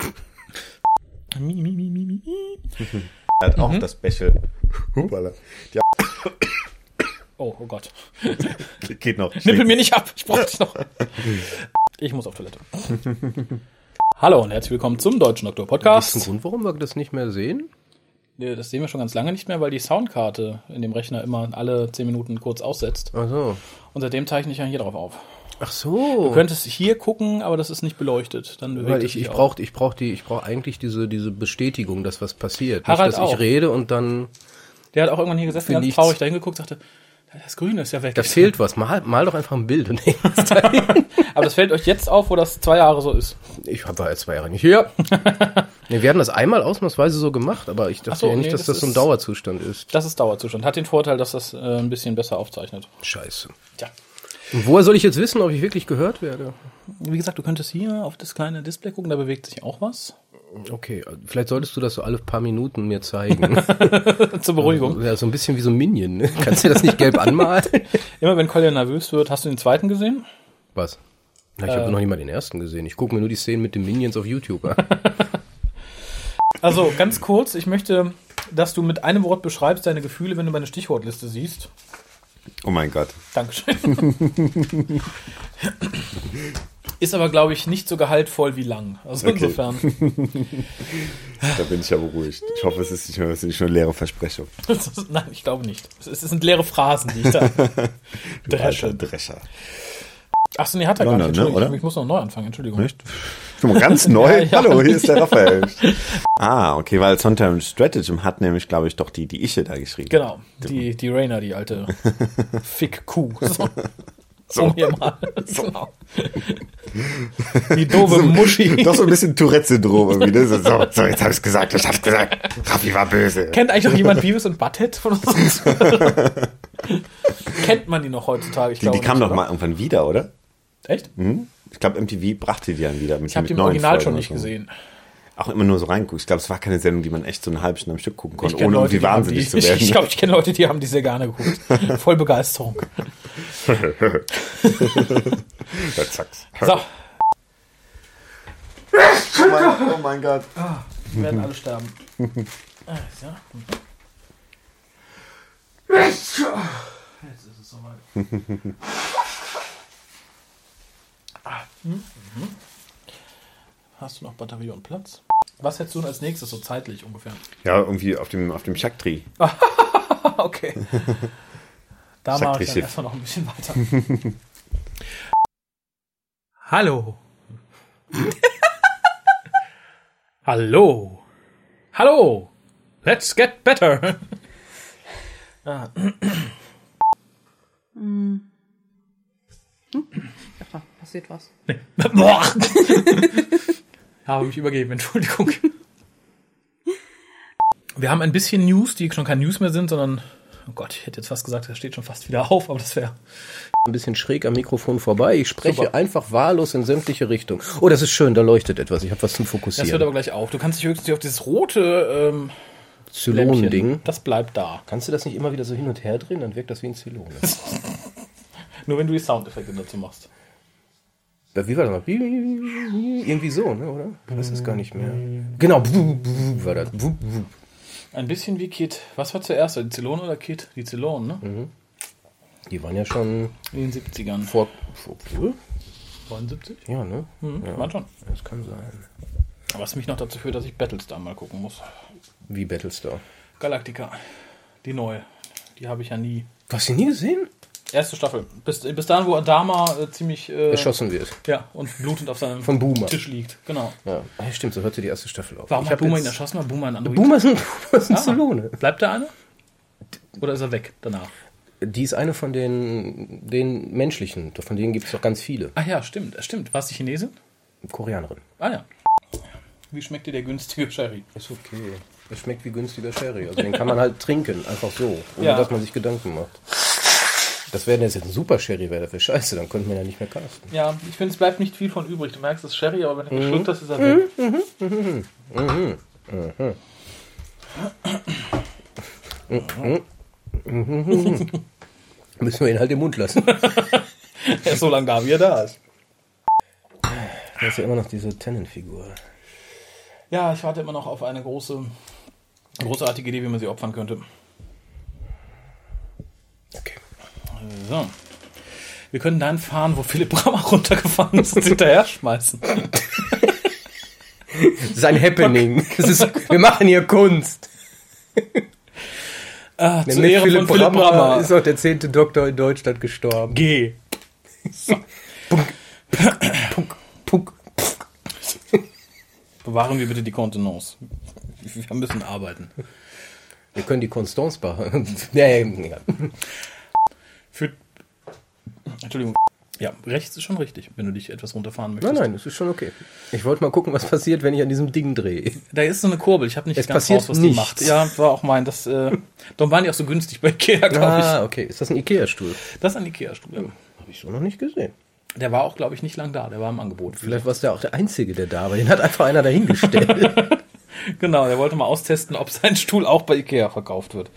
Speaker 1: Mi, mi, mi, mi, mi.
Speaker 6: Er hat auch mhm. das Special. Hupala. Ja.
Speaker 1: Oh, oh Gott.
Speaker 6: Geht noch.
Speaker 1: Nippel mir nicht ab. Ich brauch dich noch. Ich muss auf Toilette. Hallo und herzlich willkommen zum Deutschen Doktor Podcast.
Speaker 3: Ist ein Grund, warum wir das nicht mehr sehen?
Speaker 1: Nee, das sehen wir schon ganz lange nicht mehr, weil die Soundkarte in dem Rechner immer alle zehn Minuten kurz aussetzt.
Speaker 3: Ach so.
Speaker 1: Und seitdem zeichne ich ja hier drauf auf.
Speaker 3: Ach so.
Speaker 1: Du könntest hier gucken, aber das ist nicht beleuchtet. Dann
Speaker 3: weil ich, ich brauche ich brauch die, ich brauch eigentlich diese, diese Bestätigung, dass was passiert.
Speaker 1: Harald
Speaker 3: nicht, dass
Speaker 1: auch.
Speaker 3: ich rede und dann...
Speaker 1: Der hat auch irgendwann hier gesessen, ganz traurig da hingeguckt, sagte, Das Grüne ist ja weg.
Speaker 3: Da fehlt was. Mal, mal doch einfach ein Bild und häng's dahin.
Speaker 1: Aber das fällt euch jetzt auf, wo das zwei Jahre so ist.
Speaker 3: Ich war jetzt zwei Jahre nicht hier. Nee, wir hatten das einmal ausnahmsweise so gemacht, aber ich dachte
Speaker 1: Ach so,
Speaker 3: ja nicht,
Speaker 1: nee,
Speaker 3: dass
Speaker 1: das
Speaker 3: das so ein
Speaker 1: ist-
Speaker 3: Dauerzustand ist.
Speaker 1: Das ist Dauerzustand. Hat den Vorteil, dass das äh, ein bisschen besser aufzeichnet.
Speaker 3: Scheiße.
Speaker 1: Tja.
Speaker 3: Und woher soll ich jetzt wissen, ob ich wirklich gehört werde?
Speaker 1: Wie gesagt, du könntest hier auf das kleine Display gucken, da bewegt sich auch was.
Speaker 3: Okay, vielleicht solltest du das so alle paar Minuten mir zeigen.
Speaker 1: Zur Beruhigung.
Speaker 3: Ja, so ein bisschen wie so ein Minion. Ne? Kannst du das nicht gelb anmalen?
Speaker 1: Immer wenn Collier nervös wird, hast du den zweiten gesehen?
Speaker 3: Was? Na, ich habe noch nicht mal den ersten gesehen. Ich gucke mir nur die Szenen mit den Minions auf YouTube an.
Speaker 1: Also, ganz kurz, ich möchte, dass du mit einem Wort beschreibst deine Gefühle, wenn du meine Stichwortliste siehst.
Speaker 6: Oh mein Gott.
Speaker 1: Dankeschön. Ist aber, glaube ich, nicht so gehaltvoll wie lang. Also
Speaker 6: Okay.
Speaker 1: insofern.
Speaker 6: Da bin ich ja beruhigt. Ich hoffe, es ist nicht nur, es ist nicht nur eine leere Versprechung.
Speaker 1: Nein, ich glaube nicht. Es es sind leere Phrasen, die ich da
Speaker 6: Du
Speaker 1: dresche.
Speaker 6: alter Drescher.
Speaker 1: Achso, nee, hat er gar
Speaker 6: London,
Speaker 1: nicht.
Speaker 6: ne,
Speaker 1: Entschuldigung,
Speaker 6: oder?
Speaker 1: ich muss noch neu anfangen, Entschuldigung.
Speaker 6: Echt? Schon mal ganz neu?
Speaker 1: Ja, ja.
Speaker 6: Hallo, hier ist der Raphael. Ah, okay, weil Sondheim Stratagem hat nämlich, glaube ich, doch die, die Ische da geschrieben.
Speaker 1: Genau, die, die Rainer, die alte Fick-Kuh. So.
Speaker 6: So.
Speaker 1: Um hier mal. Genau. Die doofe Muschi.
Speaker 6: Doch so ein bisschen Tourette-Syndrom irgendwie. Ne? So, so, so, jetzt habe ich gesagt, ich hab's gesagt. Raffi war böse.
Speaker 1: Kennt eigentlich noch jemand Beavis und Butthead von uns? Kennt man die noch heutzutage? Ich
Speaker 6: Die, die
Speaker 1: glaube
Speaker 6: kam
Speaker 1: nicht,
Speaker 6: doch
Speaker 1: oder?
Speaker 6: mal irgendwann wieder, oder?
Speaker 1: Echt?
Speaker 6: Mhm. Ich glaube, M T V brachte die dann wieder. Mit,
Speaker 1: Ich habe
Speaker 6: mit
Speaker 1: die im
Speaker 6: neuen
Speaker 1: Original
Speaker 6: Folgen
Speaker 1: schon
Speaker 6: und
Speaker 1: nicht
Speaker 6: so.
Speaker 1: gesehen.
Speaker 6: Auch immer nur so reinguckt. Ich glaube, es war keine Sendung, die man echt so eine halbe Stunde am Stück gucken
Speaker 1: Ich
Speaker 6: konnte,
Speaker 1: kenn
Speaker 6: ohne
Speaker 1: Leute,
Speaker 6: irgendwie
Speaker 1: die haben
Speaker 6: wahnsinnig
Speaker 1: die,
Speaker 6: zu werden.
Speaker 1: Ich glaube, ich kenne Leute, die haben die sehr gerne geguckt. Voll Begeisterung.
Speaker 6: Ja, zack's.
Speaker 1: So,
Speaker 6: Oh mein, oh mein Gott.
Speaker 1: wir werden alle sterben. Ah, ja. Jetzt ist es soweit. Ah, hm, mhm. Hast du noch Batterie und Platz? Was hättest du denn als nächstes, so zeitlich ungefähr?
Speaker 6: Ja, irgendwie auf dem, auf dem Shaktree.
Speaker 1: Okay. Da
Speaker 6: Sag
Speaker 1: mache ich dann
Speaker 6: richtig.
Speaker 1: erstmal noch ein bisschen weiter. Hallo. Hallo. Hallo. Let's get better. Ah.
Speaker 2: Ach, passiert was.
Speaker 1: Boah. Habe mich übergeben, Entschuldigung. Wir haben ein bisschen News, die schon kein News mehr sind, sondern, oh Gott, ich hätte jetzt fast gesagt, das steht schon fast wieder auf, aber das wäre...
Speaker 3: Ein bisschen schräg am Mikrofon vorbei. Ich spreche
Speaker 1: Super.
Speaker 3: einfach wahllos in sämtliche Richtungen. Oh, das ist schön, da leuchtet etwas. Ich habe was zum
Speaker 1: Das hört
Speaker 3: Fokussieren.
Speaker 1: aber gleich auf. Du kannst dich höchstens auf dieses rote ähm,
Speaker 3: Zylon-Ding.
Speaker 1: Lämpchen, das bleibt da.
Speaker 3: Kannst du das nicht immer wieder so hin und her drehen? Dann wirkt das wie ein Zylon.
Speaker 1: Nur wenn du die Soundeffekte dazu machst.
Speaker 3: Wie war das noch? Irgendwie so, ne, oder? Ich weiß es gar nicht mehr. Genau, war das.
Speaker 1: Ein bisschen wie Kit. Was war zuerst, die Zylon oder Kit? Die Zylon, ne?
Speaker 3: Die waren ja schon
Speaker 1: In den siebzigern.
Speaker 3: vor... vor
Speaker 1: neunundsiebzig?
Speaker 3: ja, ne?
Speaker 1: Mhm,
Speaker 3: Ja.
Speaker 1: waren schon.
Speaker 3: Das kann sein.
Speaker 1: Was mich noch dazu führt, dass ich Battlestar mal gucken muss.
Speaker 3: Wie Battlestar.
Speaker 1: Galactica. Die neue. Die habe ich ja nie.
Speaker 3: Du hast sie nie gesehen?
Speaker 1: Erste Staffel. Bis, bis dahin, wo Adama äh, ziemlich... Äh,
Speaker 3: Erschossen wird.
Speaker 1: Ja, und blutend auf seinem
Speaker 3: Von Boomer.
Speaker 1: Tisch liegt. Genau.
Speaker 3: Ja, ja stimmt, so hörte die erste Staffel auf.
Speaker 1: Warum
Speaker 3: Ich
Speaker 1: hat
Speaker 3: hab
Speaker 1: Boomer ihn
Speaker 3: jetzt-
Speaker 1: erschossen? War Boomer ein Android?
Speaker 3: Boomer sind, Boomer sind
Speaker 1: Ah.
Speaker 3: Zylone.
Speaker 1: Bleibt der eine? Oder ist er weg danach?
Speaker 3: Die ist eine von den, den menschlichen. Von denen gibt es doch ganz viele.
Speaker 1: Ach ja, stimmt. Stimmt. War es die Chinesin?
Speaker 3: Koreanerin.
Speaker 1: Ah ja. Wie schmeckt dir der günstige Sherry?
Speaker 3: Ist okay. Es schmeckt wie günstiger Sherry. Also den kann man halt trinken, einfach so, ohne
Speaker 1: Ja.
Speaker 3: dass man sich Gedanken macht. Das wäre jetzt ein super Sherry, wäre dafür scheiße, dann könnte man ja nicht mehr casten.
Speaker 1: Ja, ich finde, es bleibt nicht viel von übrig. Du merkst, es ist Sherry, aber wenn du geschluckt hast, ist er weg.
Speaker 3: Müssen wir ihn halt im Mund lassen.
Speaker 1: Er ist so lange da, wie er da ist.
Speaker 3: Da ist ja immer noch diese Tennant-Figur.
Speaker 1: Ja, ich warte immer noch auf eine große, großartige Idee, wie man sie opfern könnte.
Speaker 3: Okay.
Speaker 1: So. Wir können dahin fahren, wo Philipp Brammer runtergefahren ist und hinterher schmeißen.
Speaker 3: Das ist ein Happening. Das ist, wir machen hier Kunst.
Speaker 1: Ah, zur
Speaker 3: Mit
Speaker 1: Ehre
Speaker 3: Philipp
Speaker 1: von Philipp
Speaker 3: Brammer
Speaker 1: Brammer.
Speaker 3: ist auch der zehnte Doktor in Deutschland gestorben.
Speaker 1: G.
Speaker 3: Punk, punk.
Speaker 1: Bewahren wir bitte die Kontenance. Wir müssen arbeiten.
Speaker 3: Wir können die Constance behalten. Ja, ja, ja.
Speaker 1: Für, Entschuldigung. Ja, rechts ist schon richtig, wenn du dich etwas runterfahren
Speaker 3: Nein,
Speaker 1: möchtest.
Speaker 3: nein, das ist schon okay. Ich wollte mal gucken, was passiert, wenn ich an diesem Ding drehe.
Speaker 1: Da ist so eine Kurbel, ich habe nicht
Speaker 3: Es
Speaker 1: ganz
Speaker 3: passiert
Speaker 1: raus, was
Speaker 3: nichts.
Speaker 1: die macht. Ja, war auch mein. Das, äh, darum waren die auch so günstig bei Ikea, glaube ich.
Speaker 3: Ah, okay. Ist das ein Ikea-Stuhl?
Speaker 1: Das ist ein Ikea-Stuhl. Ja.
Speaker 3: Habe ich so noch nicht gesehen.
Speaker 1: Der war auch, glaube ich, nicht lang da. Der war im Angebot.
Speaker 3: Vielleicht war es ja auch der Einzige, der da war. Den hat einfach einer dahingestellt.
Speaker 1: Genau, der wollte mal austesten, ob sein Stuhl auch bei Ikea verkauft wird.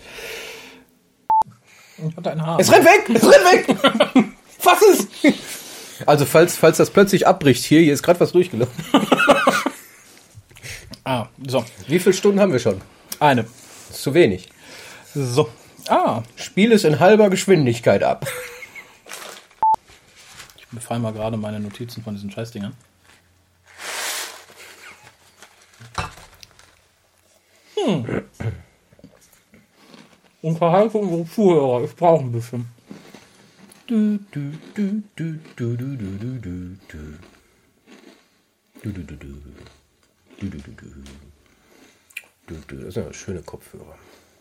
Speaker 1: Und ein Haar.
Speaker 3: Es rennt weg! Es rennt weg! Fass es! Also, falls, falls das plötzlich abbricht hier, hier ist gerade was durchgelaufen.
Speaker 1: Ah, so.
Speaker 3: Wie viele Stunden haben wir schon?
Speaker 1: Eine.
Speaker 3: Das ist zu wenig.
Speaker 1: So. Ah.
Speaker 3: Spiel es in halber Geschwindigkeit ab.
Speaker 1: Ich befreie mal gerade meine Notizen von diesen Scheißdingern. Hm. Unterhaltung unserer Zuhörer. Ich brauche ein bisschen.
Speaker 3: Du, du, du, du, du, du, du, du, du, du. Du, du, du, du. Du, du, du, du. Du, du. Das sind ja schöne Kopfhörer.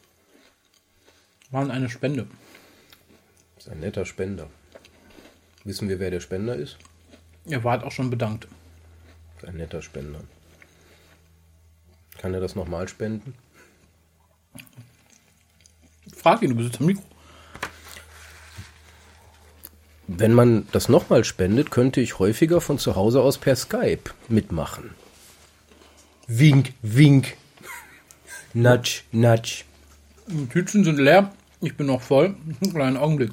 Speaker 1: Waren eine Spende.
Speaker 3: Das ist ein netter Spender. Wissen wir, wer der Spender ist?
Speaker 1: Er war halt auch schon bedankt.
Speaker 3: Das ist ein netter Spender. Kann er das nochmal spenden?
Speaker 1: Frag ihn, du bist am Mikro.
Speaker 3: Wenn man das nochmal spendet, könnte ich häufiger von zu Hause aus per Skype mitmachen. Wink, wink. Nudge, nudge.
Speaker 1: Die Tütchen sind leer. Ich bin noch voll. Einen kleinen Augenblick.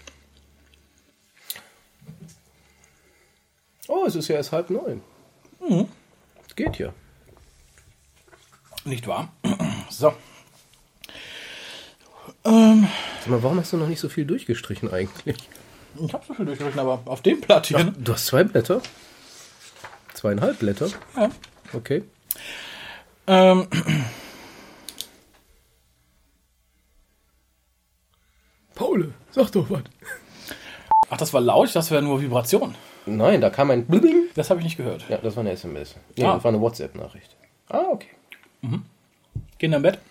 Speaker 3: Oh, es ist ja erst halb neun.
Speaker 1: Mhm.
Speaker 3: Es geht ja.
Speaker 1: Nicht wahr? So. Ähm,
Speaker 3: Sag mal, warum hast du noch nicht so viel durchgestrichen eigentlich?
Speaker 1: ich habe so viel durchgestrichen, aber auf dem Blatt hier.
Speaker 3: Ach, du hast zwei Blätter? Zweieinhalb Blätter?
Speaker 1: Ja.
Speaker 3: Okay.
Speaker 1: Ähm,
Speaker 3: Paul, sag doch was.
Speaker 1: ach, das war laut, das wäre nur Vibration.
Speaker 3: Nein, da kam ein Bling.
Speaker 1: Das habe ich nicht gehört.
Speaker 3: Ja, das war eine S M S. Nee,
Speaker 1: Ah.
Speaker 3: das war eine WhatsApp-Nachricht. Ah, okay.
Speaker 1: Gehen im Bett.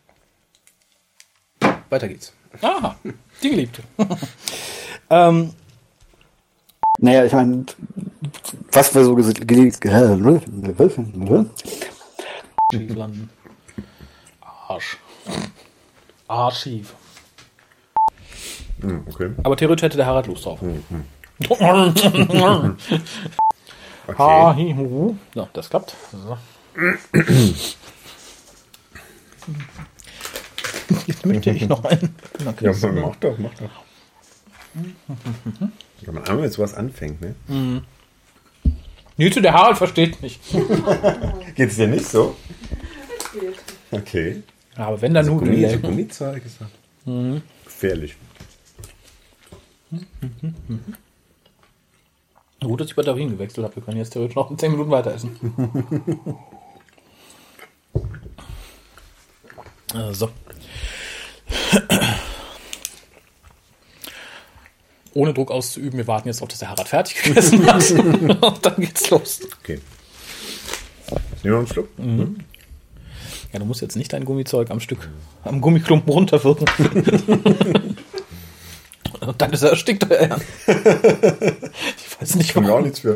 Speaker 3: Weiter geht's.
Speaker 1: Aha, die Geliebte. ähm,
Speaker 7: Naja, ich meine, was wir so gelegt
Speaker 1: schief landen. Arsch. Arschschief.
Speaker 6: Hm, okay.
Speaker 1: Aber theoretisch hätte der Harald Lust drauf.
Speaker 6: Okay.
Speaker 1: Ha, hi, hu. So, das klappt. So. Jetzt möchte ich noch einen.
Speaker 6: Ja, mach doch, mach doch. Wenn man einmal mit sowas anfängt, ne?
Speaker 1: Nüte, der Harald versteht nicht.
Speaker 6: Geht's dir nicht so? Okay.
Speaker 1: Aber wenn dann
Speaker 6: Gummi, so
Speaker 1: Nudeln.
Speaker 6: Gummizeug ist das. Gefährlich.
Speaker 1: Gut, dass ich Batterien gewechselt habe. Wir können jetzt theoretisch noch zehn Minuten weiter essen. äh, so. Ohne Druck auszuüben, wir warten jetzt auf, dass der Harald fertig gegessen hat. Und dann geht's los.
Speaker 6: Okay. Nehmen wir einen Schluck?
Speaker 1: Mhm. Ja, du musst jetzt nicht dein Gummizeug am Stück, am Gummiklumpen runterwirken. Und dann ist er erstickt, euer Herrn. Ich weiß nicht,
Speaker 6: Kann mir auch
Speaker 1: warum.
Speaker 6: nichts für.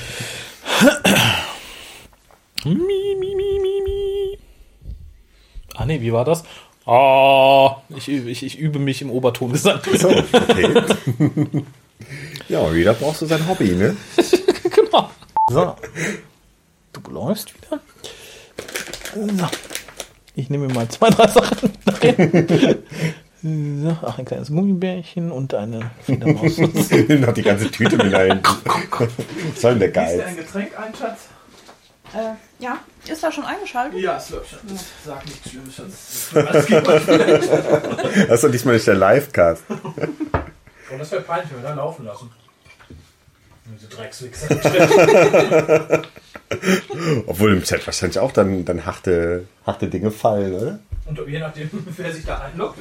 Speaker 1: Mi, mi, mi, mi, mi. Ah, nee, wie war das? Ah, ich, übe- ich, ich übe mich im Obertongesang.
Speaker 6: So, okay. Ja, jeder braucht so sein Hobby, ne?
Speaker 1: Genau. So. Du läufst wieder. So. Ich nehme mir mal zwei, drei Sachen rein. So. Ach, ein kleines Gummibärchen und eine Fledermaus.
Speaker 6: Noch die ganze Tüte mit rein. Was soll denn der Geiz?
Speaker 1: Getränk ein, Schatz?
Speaker 2: Äh, ja, ist da schon eingeschaltet?
Speaker 1: Ja, es läuft schon. Sag nichts Schlimmes, Schatz. Alles geht mal vielleicht.
Speaker 6: Das ist doch diesmal nicht der Livecast.
Speaker 1: Und das wäre peinlich, wenn wir dann laufen lassen. Diese Dreckswichser.
Speaker 6: Obwohl im Chat wahrscheinlich auch dann, dann harte, harte Dinge fallen, oder?
Speaker 1: Und je nachdem, wer sich da einloggt.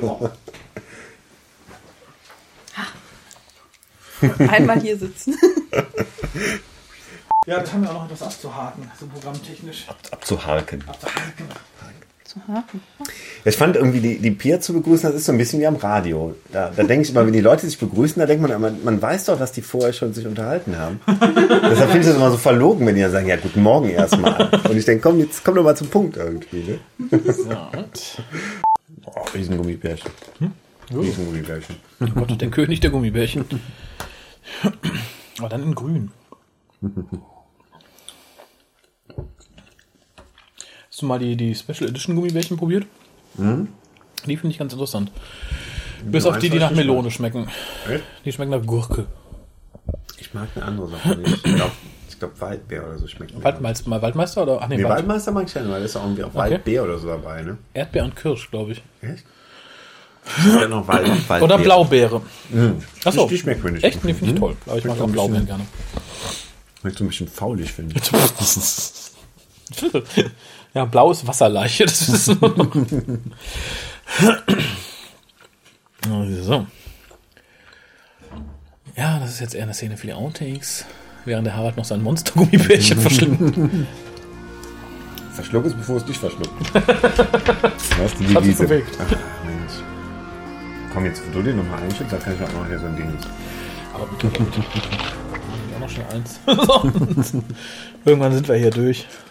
Speaker 1: Ja.
Speaker 2: Einmal hier sitzen.
Speaker 1: Ja, da haben wir auch noch etwas abzuhaken, so programmtechnisch.
Speaker 6: Abzuhaken.
Speaker 1: Abzuhaken.
Speaker 6: Ich fand irgendwie, die, die Pia zu begrüßen, das ist so ein bisschen wie am Radio. Da, da denke ich immer, wenn die Leute sich begrüßen, da denkt man, man, man weiß doch, dass die vorher schon sich unterhalten haben. Deshalb finde ich das immer so verlogen, wenn die dann sagen, ja, guten Morgen erstmal. Und ich denke, komm, jetzt komm doch mal zum Punkt irgendwie. Ne?
Speaker 1: So, und?
Speaker 6: Oh, Riesengummibärchen. Hm? Riesengummibärchen.
Speaker 1: Oh Gott, der König der Gummibärchen. Aber dann in grün. Hast du mal die, die Special Edition Gummibärchen probiert?
Speaker 6: Mhm.
Speaker 1: Die finde ich ganz interessant. Bis auf die, die nach Melone schmecken.
Speaker 6: Echt?
Speaker 1: Die schmecken nach Gurke.
Speaker 6: Ich mag eine andere Sache nicht. Ich glaube, ich glaub, Waldbeer oder so schmeckt mir.
Speaker 1: Waldmeister, mal Waldmeister oder? Ach nee,
Speaker 6: Nee,
Speaker 1: Wald
Speaker 6: Waldmeister mag ich ja, weil da ist auch irgendwie auch
Speaker 1: Okay.
Speaker 6: Waldbeer oder so dabei, ne?
Speaker 1: Erdbeer und Kirsch, glaube ich.
Speaker 6: Echt? Ja, noch Wald, Waldbeer.
Speaker 1: Oder Blaubeere.
Speaker 6: Mhm.
Speaker 1: Achso.
Speaker 6: Die, die schmeckt mir nicht.
Speaker 1: Echt? Nee, finde ich
Speaker 6: Mhm.
Speaker 1: toll. Aber ich mag
Speaker 6: so
Speaker 1: auch
Speaker 6: ein
Speaker 1: Blaubeeren
Speaker 6: bisschen-
Speaker 1: gerne.
Speaker 6: Schmeckt so ein bisschen faulig, finde ich.
Speaker 1: Ja, blau ist Wasserleiche. Das ist so. So. Ja, das ist jetzt eher eine Szene für die Outtakes, während der Harald noch sein Monster-Gummibärchen verschlingt.
Speaker 6: Verschluck es, bevor es dich verschluckt. Was die
Speaker 1: Hat sich
Speaker 6: Devise.
Speaker 1: bewegt.
Speaker 6: Ach, Mensch. Komm, jetzt, wo du den nochmal einschützt, da kann ich auch noch hier so ein Ding.
Speaker 1: Aber bitte, bitte. Auch noch schon eins. So. Irgendwann sind wir hier durch.